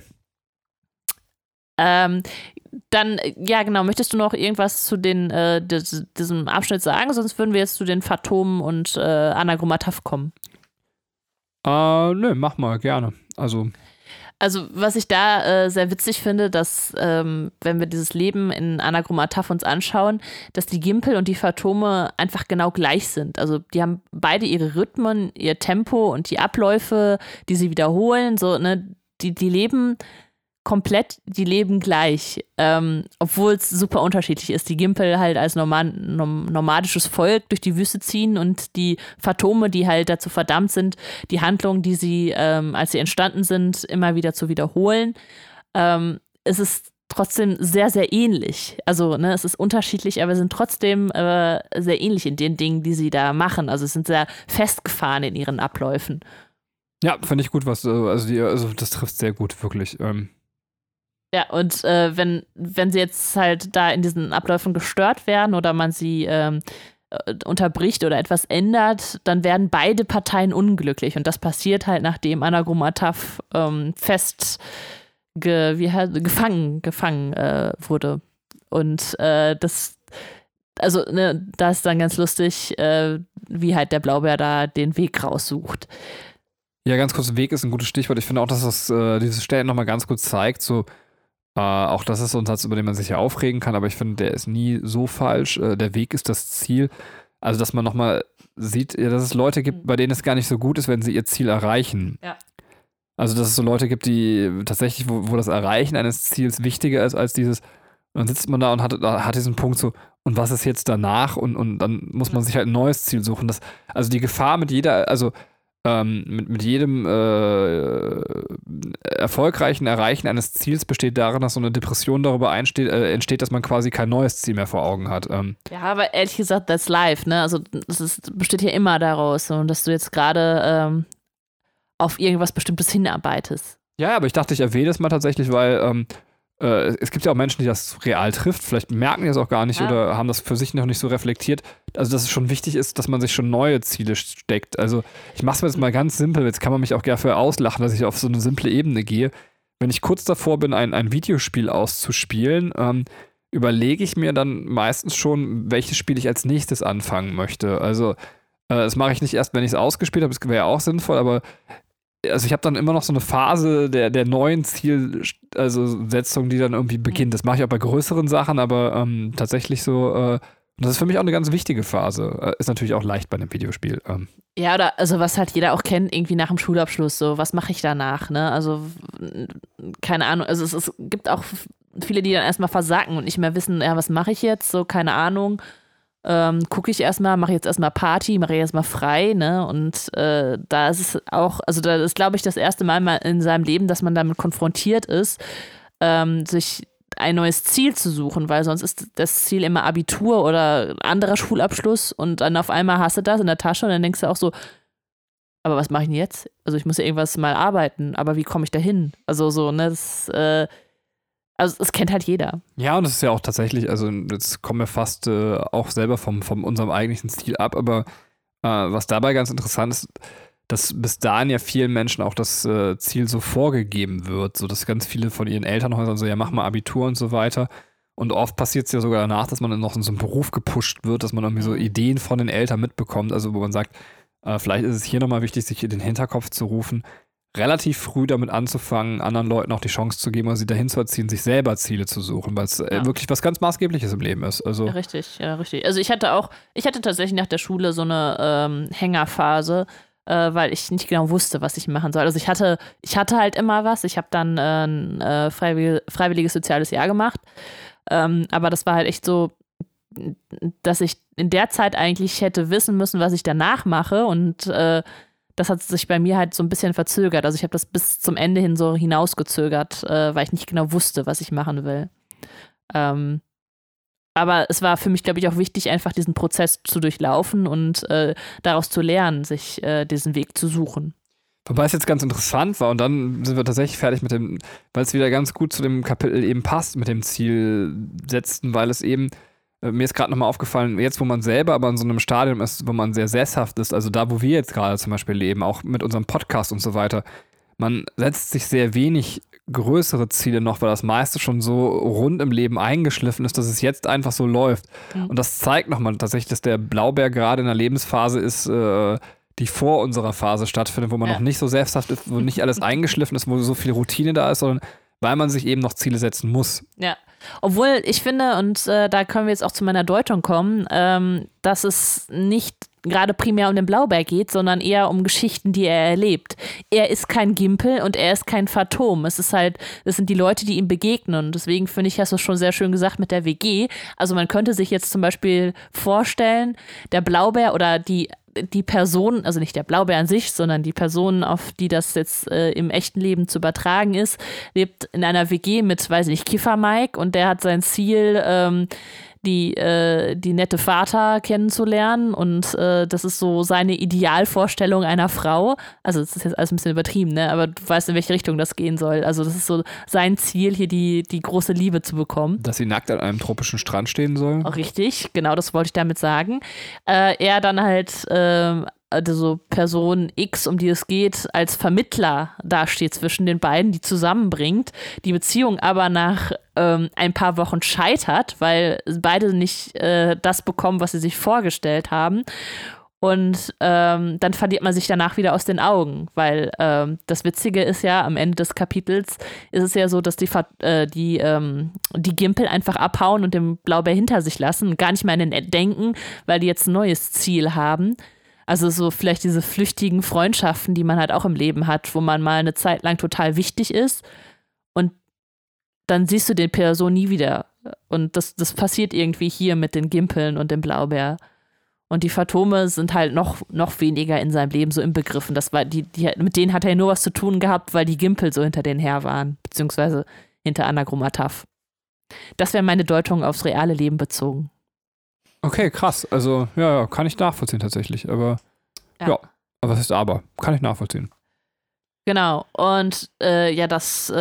Speaker 2: Dann, ja genau, möchtest du noch irgendwas zu diesem Abschnitt sagen? Sonst würden wir jetzt zu den Phatomen und Anagromatav kommen.
Speaker 3: Nö, mach mal, gerne. Also,
Speaker 2: was ich da sehr witzig finde, dass, wenn wir dieses Leben in Anagromatav uns anschauen, dass die Gimpel und die Phatome einfach genau gleich sind. Also die haben beide ihre Rhythmen, ihr Tempo und die Abläufe, die sie wiederholen. So, ne, die leben komplett, die leben gleich, obwohl es super unterschiedlich ist. Die Gimpel halt als nomadisches Volk durch die Wüste ziehen und die Phatome, die halt dazu verdammt sind, die Handlungen, die sie, als sie entstanden sind, immer wieder zu wiederholen. Es ist trotzdem sehr, sehr ähnlich. Also, ne, es ist unterschiedlich, aber sind trotzdem sehr ähnlich in den Dingen, die sie da machen. Also, es sind sehr festgefahren in ihren Abläufen.
Speaker 3: ja, finde ich gut, also das trifft sehr gut, wirklich.
Speaker 2: Ja, und wenn sie jetzt halt da in diesen Abläufen gestört werden oder man sie unterbricht oder etwas ändert, dann werden beide Parteien unglücklich. Und das passiert halt, nachdem Anagromatav gefangen wurde. Und da ist dann ganz lustig, wie halt der Blaubeer da den Weg raussucht.
Speaker 3: Ja, ganz kurz, Weg ist ein gutes Stichwort. Ich finde auch, dass das diese Stelle nochmal ganz gut zeigt, so auch das ist so ein Satz, über den man sich ja aufregen kann, aber ich finde, der ist nie so falsch. Der Weg ist das Ziel. Also, dass man nochmal sieht, dass es Leute gibt, bei denen es gar nicht so gut ist, wenn sie ihr Ziel erreichen.
Speaker 2: Ja.
Speaker 3: Also, dass es so Leute gibt, die tatsächlich, wo das Erreichen eines Ziels wichtiger ist als dieses, und dann sitzt man da und hat diesen Punkt so, und was ist jetzt danach? Und dann muss man sich halt ein neues Ziel suchen. Also die Gefahr mit jedem erfolgreichen Erreichen eines Ziels besteht darin, dass so eine Depression darüber entsteht, dass man quasi kein neues Ziel mehr vor Augen hat.
Speaker 2: Ja, aber ehrlich gesagt, that's life, ne? Also besteht ja immer daraus, so, dass du jetzt gerade auf irgendwas Bestimmtes hinarbeitest.
Speaker 3: Ja, aber ich dachte, ich erwähne das mal tatsächlich, weil es gibt ja auch Menschen, die das real trifft. Vielleicht merken die das auch gar nicht oder haben das für sich noch nicht so reflektiert. Also, dass es schon wichtig ist, dass man sich schon neue Ziele steckt. Also, ich mache es mir jetzt mal ganz simpel. Jetzt kann man mich auch gerne für auslachen, dass ich auf so eine simple Ebene gehe. Wenn ich kurz davor bin, ein Videospiel auszuspielen, überlege ich mir dann meistens schon, welches Spiel ich als nächstes anfangen möchte. Also, das mache ich nicht erst, wenn ich es ausgespielt habe. Das wäre ja auch sinnvoll, aber also ich habe dann immer noch so eine Phase der neuen Zielsetzung, die dann irgendwie beginnt. Das mache ich auch bei größeren Sachen, aber tatsächlich so, das ist für mich auch eine ganz wichtige Phase. Ist natürlich auch leicht bei einem Videospiel.
Speaker 2: Ja, oder also was halt jeder auch kennt, irgendwie nach dem Schulabschluss, so, was mache ich danach, ne? Also, keine Ahnung, also es gibt auch viele, die dann erstmal versacken und nicht mehr wissen, ja, was mache ich jetzt, so, keine Ahnung. Gucke ich erstmal, mache jetzt erstmal Party, mache ich erstmal frei, ne? Und da ist es auch, also da ist, glaube ich, das erste Mal in seinem Leben, dass man damit konfrontiert ist, sich ein neues Ziel zu suchen, weil sonst ist das Ziel immer Abitur oder anderer Schulabschluss und dann auf einmal hast du das in der Tasche und dann denkst du auch so, aber was mache ich denn jetzt? Also ich muss ja irgendwas mal arbeiten, aber wie komme ich da hin? Also so, ne, das kennt halt jeder.
Speaker 3: Ja, und das ist ja auch tatsächlich, also jetzt kommen wir fast auch selber von unserem eigentlichen Ziel ab, aber was dabei ganz interessant ist, dass bis dahin ja vielen Menschen auch das Ziel so vorgegeben wird, so dass ganz viele von ihren Elternhäusern so, ja, mach mal Abitur und so weiter. Und oft passiert es ja sogar danach, dass man dann noch in so einen Beruf gepusht wird, dass man irgendwie so Ideen von den Eltern mitbekommt, also wo man sagt, vielleicht ist es hier nochmal wichtig, sich in den Hinterkopf zu rufen, relativ früh damit anzufangen, anderen Leuten auch die Chance zu geben, oder sie dahin zu erziehen, sich selber Ziele zu suchen, weil es wirklich was ganz Maßgebliches im Leben ist. Also
Speaker 2: ja, richtig. Also ich hatte tatsächlich nach der Schule so eine Hängerphase, weil ich nicht genau wusste, was ich machen soll. Also ich hatte halt immer was. Ich habe dann ein freiwilliges soziales Jahr gemacht. Aber das war halt echt so, dass ich in der Zeit eigentlich hätte wissen müssen, was ich danach mache. Und das hat sich bei mir halt so ein bisschen verzögert. Also ich habe das bis zum Ende hin so hinausgezögert, weil ich nicht genau wusste, was ich machen will. Aber es war für mich, glaube ich, auch wichtig, einfach diesen Prozess zu durchlaufen und daraus zu lernen, sich diesen Weg zu suchen.
Speaker 3: Wobei es jetzt ganz interessant war und dann sind wir tatsächlich fertig mit dem, weil es wieder ganz gut zu dem Kapitel eben passt mit dem Ziel setzen, weil es eben, mir ist gerade nochmal aufgefallen, jetzt wo man selber aber in so einem Stadium ist, wo man sehr sesshaft ist, also da, wo wir jetzt gerade zum Beispiel leben, auch mit unserem Podcast und so weiter, man setzt sich sehr wenig größere Ziele noch, weil das meiste schon so rund im Leben eingeschliffen ist, dass es jetzt einfach so läuft. Und das zeigt nochmal tatsächlich, dass der Blaubeer gerade in einer Lebensphase ist, die vor unserer Phase stattfindet, wo man noch nicht so selbsthaft ist, wo nicht alles eingeschliffen ist, wo so viel Routine da ist, sondern weil man sich eben noch Ziele setzen muss.
Speaker 2: Ja, obwohl ich finde, und da können wir jetzt auch zu meiner Deutung kommen, dass es nicht gerade primär um den Blaubeer geht, sondern eher um Geschichten, die er erlebt. Er ist kein Gimpel und er ist kein Phantom. Es sind die Leute, die ihm begegnen. Und deswegen finde ich, hast du es schon sehr schön gesagt mit der WG. Also man könnte sich jetzt zum Beispiel vorstellen, der Blaubeer oder die Person, also nicht der Blaubeer an sich, sondern die Person, auf die das jetzt im echten Leben zu übertragen ist, lebt in einer WG mit, weiß ich nicht, Kiffer Mike und der hat sein Ziel, die nette Vater kennenzulernen und das ist so seine Idealvorstellung einer Frau. Also das ist jetzt alles ein bisschen übertrieben, ne? Aber du weißt, in welche Richtung das gehen soll. Also das ist so sein Ziel, hier die große Liebe zu bekommen.
Speaker 3: Dass sie nackt an einem tropischen Strand stehen soll?
Speaker 2: Richtig, genau, das wollte ich damit sagen. Er dann halt also Person X, um die es geht, als Vermittler dasteht zwischen den beiden, die zusammenbringt, die Beziehung aber nach ein paar Wochen scheitert, weil beide nicht das bekommen, was sie sich vorgestellt haben. Und dann verliert man sich danach wieder aus den Augen, weil das Witzige ist ja, am Ende des Kapitels ist es ja so, dass die Gimpel einfach abhauen und den Blaubeer hinter sich lassen, gar nicht mehr an den denken, weil die jetzt ein neues Ziel haben. Also so vielleicht diese flüchtigen Freundschaften, die man halt auch im Leben hat, wo man mal eine Zeit lang total wichtig ist und dann siehst du den Person nie wieder. Und das passiert irgendwie hier mit den Gimpeln und dem Blaubeer. Und die Phantome sind halt noch weniger in seinem Leben so inbegriffen. Das war mit denen hat er nur was zu tun gehabt, weil die Gimpel so hinter denen her waren, beziehungsweise hinter Anagrumatav. Das wäre meine Deutung aufs reale Leben bezogen.
Speaker 3: Okay, krass. Also, ja, kann ich nachvollziehen tatsächlich. Aber, ja. Aber was ist aber? Kann ich nachvollziehen.
Speaker 2: Genau. Und dass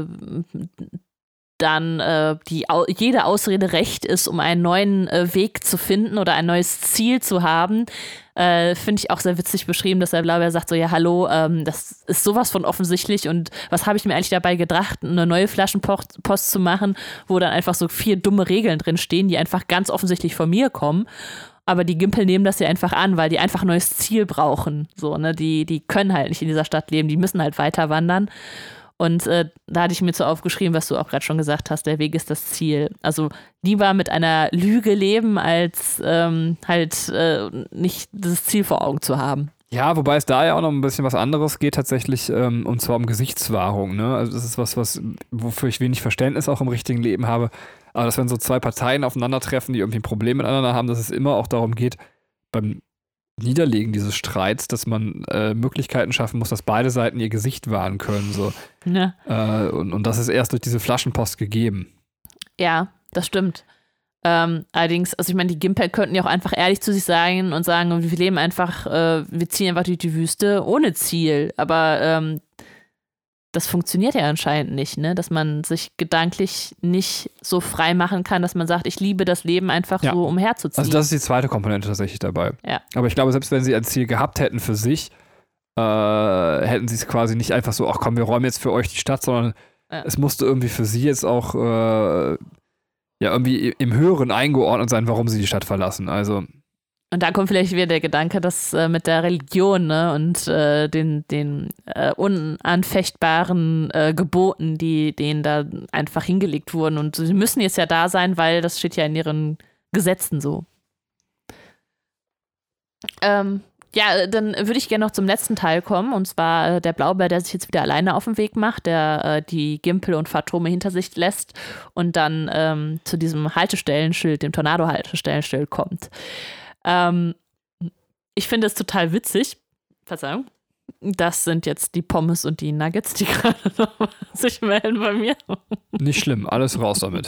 Speaker 2: dann jede Ausrede recht ist, um einen neuen Weg zu finden oder ein neues Ziel zu haben, finde ich auch sehr witzig beschrieben, dass der Blaubeer sagt so, ja hallo, das ist sowas von offensichtlich und was habe ich mir eigentlich dabei gedacht, eine neue Flaschenpost zu machen, wo dann einfach so 4 dumme Regeln drin stehen, die einfach ganz offensichtlich von mir kommen. Aber die Gimpel nehmen das ja einfach an, weil die einfach ein neues Ziel brauchen. So, ne? Die können halt nicht in dieser Stadt leben, die müssen halt weiter wandern. Und da hatte ich mir so aufgeschrieben, was du auch gerade schon gesagt hast, der Weg ist das Ziel. Also lieber mit einer Lüge leben, als nicht das Ziel vor Augen zu haben.
Speaker 3: Ja, wobei es da ja auch noch ein bisschen was anderes geht tatsächlich, und zwar um Gesichtswahrung. Ne? Also das ist wofür ich wenig Verständnis auch im richtigen Leben habe. Aber dass wenn so 2 Parteien aufeinandertreffen, die irgendwie ein Problem miteinander haben, dass es immer auch darum geht, beim Niederlegen dieses Streits, dass man Möglichkeiten schaffen muss, dass beide Seiten ihr Gesicht wahren können. So.
Speaker 2: Ja.
Speaker 3: Und das ist erst durch diese Flaschenpost gegeben.
Speaker 2: Ja, das stimmt. Allerdings, also ich meine, die Gimpel könnten ja auch einfach ehrlich zu sich sagen und sagen, wir leben einfach, wir ziehen einfach durch die Wüste ohne Ziel. Aber das funktioniert ja anscheinend nicht, ne? Dass man sich gedanklich nicht so frei machen kann, dass man sagt, ich liebe das Leben einfach so umherzuziehen.
Speaker 3: Also das ist die zweite Komponente tatsächlich dabei.
Speaker 2: Ja.
Speaker 3: Aber ich glaube, selbst wenn sie ein Ziel gehabt hätten für sich, hätten sie es quasi nicht einfach so, ach komm, wir räumen jetzt für euch die Stadt, sondern es musste irgendwie für sie jetzt auch irgendwie im Höheren eingeordnet sein, warum sie die Stadt verlassen. Also
Speaker 2: und da kommt vielleicht wieder der Gedanke, dass mit der Religion, ne, und den unanfechtbaren Geboten, die denen da einfach hingelegt wurden. Und sie müssen jetzt ja da sein, weil das steht ja in ihren Gesetzen so. Ja, dann würde ich gerne noch zum letzten Teil kommen, und zwar der Blaubeer, der sich jetzt wieder alleine auf den Weg macht, der die Gimpel und Phantome hinter sich lässt und dann zu diesem Haltestellenschild, dem Tornado-Haltestellenschild kommt. Ich finde es total witzig, Verzeihung, Das sind jetzt die Pommes und die Nuggets, die gerade noch sich melden bei mir.
Speaker 3: Nicht schlimm, alles raus damit.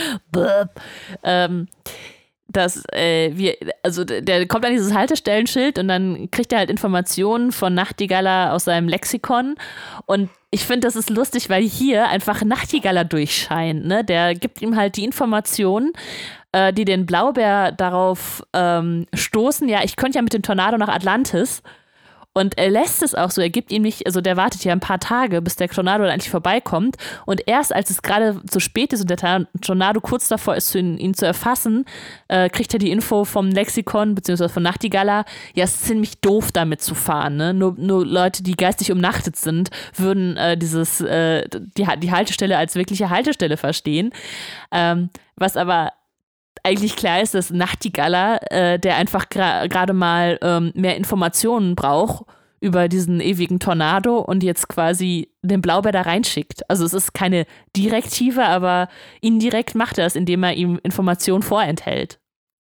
Speaker 2: Der kommt an dieses Haltestellenschild und dann kriegt er halt Informationen von Nachtigaller aus seinem Lexikon. Und ich finde, das ist lustig, weil hier einfach Nachtigaller durchscheint. Ne? Der gibt ihm halt die Informationen, die den Blaubeer darauf stoßen. Ja, ich könnte ja mit dem Tornado nach Atlantis. Und er lässt es auch so, er gibt ihm nicht, also der wartet ja ein paar Tage, bis der Tornado dann endlich vorbeikommt. Und erst als es gerade zu spät ist und der Tornado kurz davor ist, ihn zu erfassen, kriegt er die Info vom Lexikon, beziehungsweise von Nachtigaller, ja, es ist ziemlich doof, damit zu fahren. Ne? Nur Leute, die geistig umnachtet sind, würden die Haltestelle als wirkliche Haltestelle verstehen. Was aber eigentlich klar ist, dass Nachtigaller, der einfach gerade mal mehr Informationen braucht über diesen ewigen Tornado und jetzt quasi den Blaubeer da reinschickt. Also es ist keine Direktive, aber indirekt macht er es, indem er ihm Informationen vorenthält.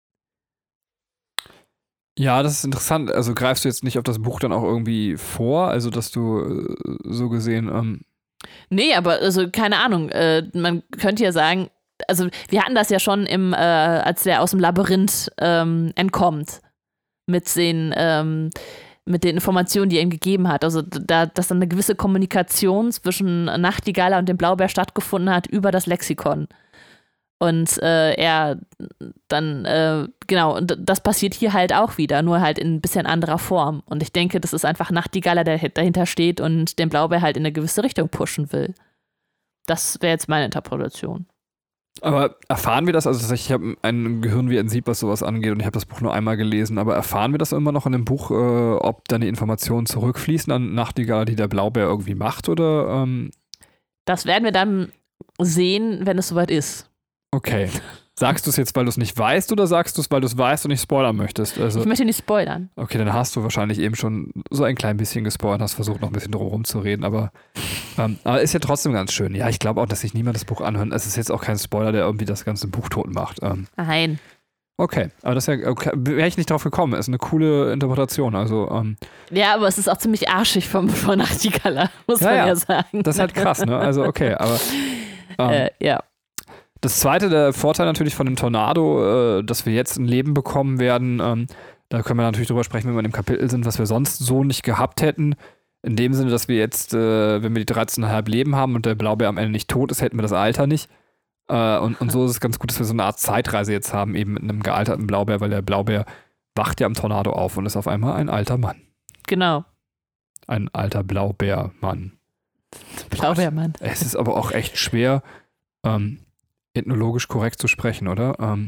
Speaker 3: Ja, das ist interessant. Also greifst du jetzt nicht auf das Buch dann auch irgendwie vor? Also dass du so gesehen...
Speaker 2: Nee, aber also keine Ahnung. Man könnte ja sagen, also wir hatten das ja schon als der aus dem Labyrinth entkommt mit den Informationen, die er ihm gegeben hat. Also dass dann eine gewisse Kommunikation zwischen Nachtigaller und dem Blaubeer stattgefunden hat über das Lexikon. Und er dann, genau, und das passiert hier halt auch wieder, nur halt in ein bisschen anderer Form. Und ich denke, das ist einfach Nachtigaller, der dahinter steht und den Blaubeer halt in eine gewisse Richtung pushen will. Das wäre jetzt meine Interpretation.
Speaker 3: Aber erfahren wir das, also ich habe ein Gehirn wie ein Sieb, was sowas angeht und ich habe das Buch nur einmal gelesen, aber erfahren wir das immer noch in dem Buch, ob dann die Informationen zurückfließen an Nachtigaller, die der Blaubeer irgendwie macht, oder?
Speaker 2: Das werden wir dann sehen, wenn es soweit ist.
Speaker 3: Okay. Sagst du es jetzt, weil du es nicht weißt, oder sagst du es, weil du es weißt und nicht spoilern möchtest? Also,
Speaker 2: ich möchte nicht spoilern.
Speaker 3: Okay, dann hast du wahrscheinlich eben schon so ein klein bisschen gespoilert, hast versucht, noch ein bisschen drum zu reden, aber ist ja trotzdem ganz schön. Ja, ich glaube auch, dass sich niemand das Buch anhört. Es ist jetzt auch kein Spoiler, der irgendwie das ganze Buch tot macht.
Speaker 2: Nein.
Speaker 3: Okay, aber das ist ja, okay, wäre ich nicht drauf gekommen. Ist eine coole Interpretation. Also,
Speaker 2: ja, aber es ist auch ziemlich arschig von Nachtigaller, muss man ja sagen.
Speaker 3: Das ist halt krass, ne? Also, okay, aber.
Speaker 2: Ja.
Speaker 3: Das zweite, der Vorteil natürlich von dem Tornado, dass wir jetzt ein Leben bekommen werden, da können wir natürlich drüber sprechen, wenn wir in dem Kapitel sind, was wir sonst so nicht gehabt hätten. In dem Sinne, dass wir jetzt, wenn wir die 13,5 Leben haben und der Blaubeer am Ende nicht tot ist, hätten wir das Alter nicht. Und so ist es ganz gut, dass wir so eine Art Zeitreise jetzt haben, eben mit einem gealterten Blaubeer, weil der Blaubeer wacht ja am Tornado auf und ist auf einmal ein alter Mann.
Speaker 2: Genau.
Speaker 3: Ein alter Blaubeermann.
Speaker 2: Blaubeermann.
Speaker 3: Es ist aber auch echt schwer, ethnologisch korrekt zu sprechen, oder?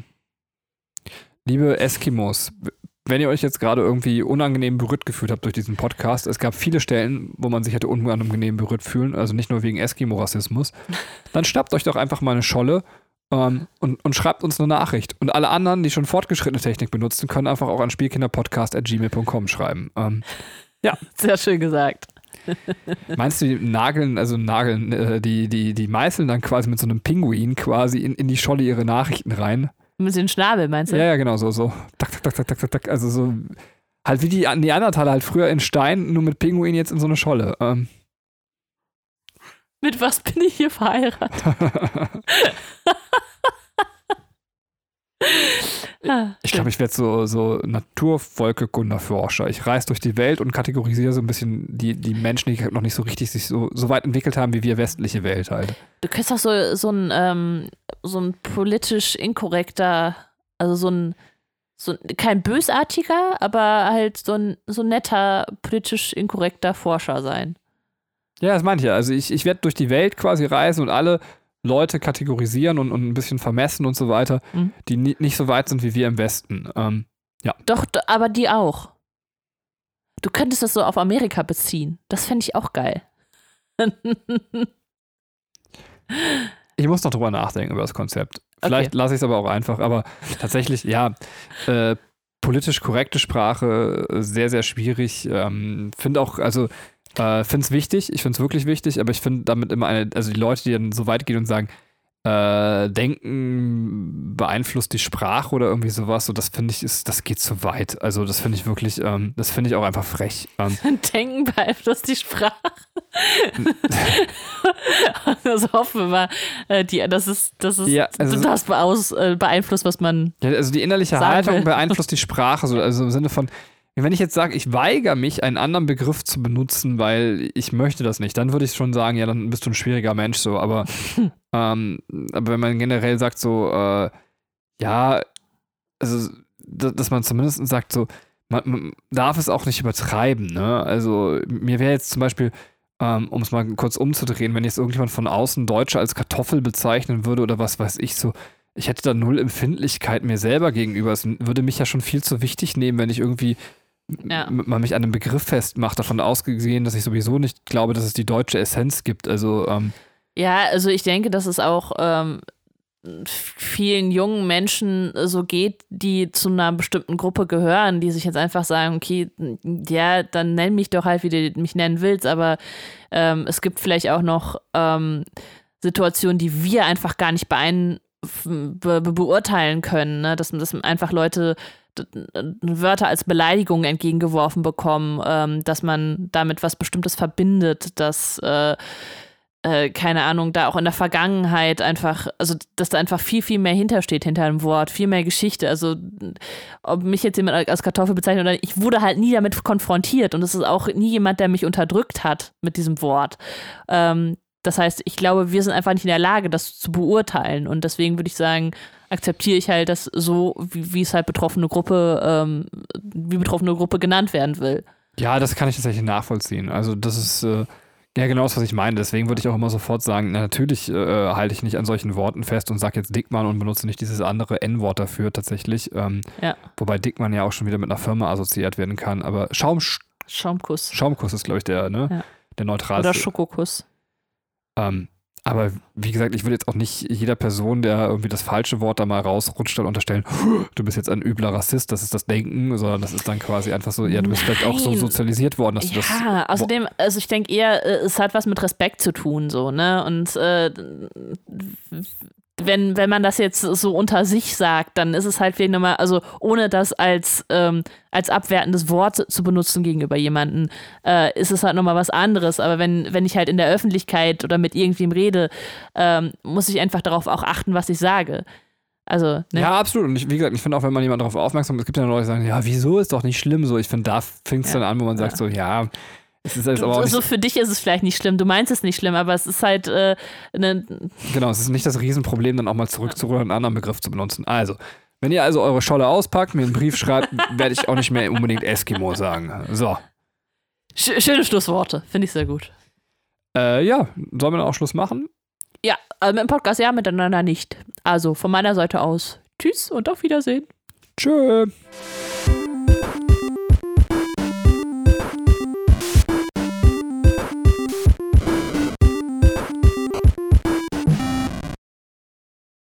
Speaker 3: Liebe Eskimos, wenn ihr euch jetzt gerade irgendwie unangenehm berührt gefühlt habt durch diesen Podcast, es gab viele Stellen, wo man sich hätte unangenehm berührt fühlen, also nicht nur wegen Eskimo-Rassismus, dann schnappt euch doch einfach mal eine Scholle und schreibt uns eine Nachricht. Und alle anderen, die schon fortgeschrittene Technik benutzen, können einfach auch an spielkinderpodcast@gmail.com schreiben. Ja.
Speaker 2: Sehr schön gesagt.
Speaker 3: Meinst du, die die meißeln dann quasi mit so einem Pinguin quasi in die Scholle ihre Nachrichten rein?
Speaker 2: Mit dem Schnabel, meinst du?
Speaker 3: Ja, genau, so. Tak, tak, tak, tak, tak, tak. Also so, halt wie die Neandertaler halt früher in Stein, nur mit Pinguin jetzt in so eine Scholle.
Speaker 2: Mit was bin ich hier verheiratet?
Speaker 3: Ich glaube, ich werde so Naturvölkekundeforscher. Ich reise durch die Welt und kategorisiere so ein bisschen die Menschen, die noch nicht so richtig sich so weit entwickelt haben, wie wir westliche Welt halt.
Speaker 2: Du könntest auch so ein politisch inkorrekter, also kein bösartiger, aber halt so ein netter, politisch inkorrekter Forscher sein.
Speaker 3: Ja, das meine ich ja. Also ich werde durch die Welt quasi reisen und alle Leute kategorisieren und ein bisschen vermessen und so weiter, die nicht so weit sind wie wir im Westen. Ja.
Speaker 2: Doch, aber die auch. Du könntest das so auf Amerika beziehen. Das fände ich auch geil.
Speaker 3: Ich muss noch drüber nachdenken über das Konzept. Vielleicht lasse ich es aber auch einfach. Aber tatsächlich, ja, politisch korrekte Sprache, sehr, sehr schwierig. Finde auch, also finde es wichtig, ich finde es wirklich wichtig, aber ich finde damit immer die Leute, die dann so weit gehen und sagen, Denken beeinflusst die Sprache oder irgendwie sowas. So, das finde ich, das geht zu weit. Also das finde ich wirklich, das finde ich auch einfach frech.
Speaker 2: Denken beeinflusst die Sprache. Das hoffen wir mal, das beeinflusst, was man.
Speaker 3: Ja, also die innerliche Haltung beeinflusst die Sprache. So, also im Sinne von, wenn ich jetzt sage, ich weigere mich, einen anderen Begriff zu benutzen, weil ich möchte das nicht, dann würde ich schon sagen, ja, dann bist du ein schwieriger Mensch, so, aber wenn man generell sagt, so, ja, also, dass man zumindest sagt, so, man darf es auch nicht übertreiben, ne? Also, mir wäre jetzt zum Beispiel, um es mal kurz umzudrehen, wenn jetzt irgendjemand von außen Deutsche als Kartoffel bezeichnen würde oder was weiß ich, so, ich hätte da null Empfindlichkeit mir selber gegenüber. Es würde mich ja schon viel zu wichtig nehmen, wenn ich irgendwie man mich an einem Begriff festmacht, davon ausgesehen, dass ich sowieso nicht glaube, dass es die deutsche Essenz gibt. Also
Speaker 2: ja, also ich denke, dass es auch vielen jungen Menschen so geht, die zu einer bestimmten Gruppe gehören, die sich jetzt einfach sagen, okay, ja, dann nenn mich doch halt, wie du mich nennen willst, aber es gibt vielleicht auch noch Situationen, die wir einfach gar nicht beurteilen können, ne? Dass einfach Leute Wörter als Beleidigung entgegengeworfen bekommen, dass man damit was Bestimmtes verbindet, dass keine Ahnung, da auch in der Vergangenheit einfach, also dass da einfach viel, viel mehr hintersteht hinter einem Wort, viel mehr Geschichte. Also ob mich jetzt jemand als Kartoffel bezeichnet oder nicht, ich wurde halt nie damit konfrontiert und es ist auch nie jemand, der mich unterdrückt hat mit diesem Wort. Das heißt, ich glaube, wir sind einfach nicht in der Lage, das zu beurteilen und deswegen würde ich sagen, akzeptiere ich halt das so, wie es halt betroffene Gruppe genannt werden will.
Speaker 3: Ja, das kann ich tatsächlich nachvollziehen. Also das ist ja genau das, was ich meine. Deswegen würde ich auch immer sofort sagen, natürlich halte ich nicht an solchen Worten fest und sage jetzt Dickmann und benutze nicht dieses andere N-Wort dafür tatsächlich. Wobei Dickmann ja auch schon wieder mit einer Firma assoziiert werden kann. Aber
Speaker 2: Schaumkuss.
Speaker 3: Schaumkuss ist, glaube ich, der neutralste.
Speaker 2: Oder Schokokuss.
Speaker 3: Aber wie gesagt, ich will jetzt auch nicht jeder Person, der irgendwie das falsche Wort da mal rausrutscht, dann unterstellen, du bist jetzt ein übler Rassist, das ist das Denken, sondern das ist dann quasi einfach so, ja, du bist vielleicht auch so sozialisiert worden, dass du das...
Speaker 2: Ja, außerdem, also ich denke eher, es hat was mit Respekt zu tun, so, ne, und wenn man das jetzt so unter sich sagt, dann ist es halt vielleicht nochmal, also ohne das als abwertendes Wort zu benutzen gegenüber jemandem, ist es halt nochmal was anderes. Aber wenn ich halt in der Öffentlichkeit oder mit irgendwem rede, muss ich einfach darauf auch achten, was ich sage. Also, ne?
Speaker 3: Ja, absolut. Und wie gesagt, ich finde auch, wenn man jemand darauf aufmerksam ist, es gibt ja Leute, die sagen, ja, wieso, ist doch nicht schlimm so. Ich finde, da fängt es dann an, wo man sagt so, ja... Es ist halt aber auch
Speaker 2: so für dich ist es vielleicht nicht schlimm, du meinst es nicht schlimm, aber es ist halt
Speaker 3: Genau, es ist nicht das Riesenproblem, dann auch mal zurückzurühren und einen anderen Begriff zu benutzen. Also, wenn ihr also eure Scholle auspackt, mir einen Brief schreibt, werde ich auch nicht mehr unbedingt Eskimo sagen. So.
Speaker 2: Schöne Schlussworte, finde ich sehr gut.
Speaker 3: Ja, sollen wir dann auch Schluss machen?
Speaker 2: Ja, also mit dem Podcast ja, miteinander nicht. Also von meiner Seite aus, tschüss und auf Wiedersehen.
Speaker 3: Tschö.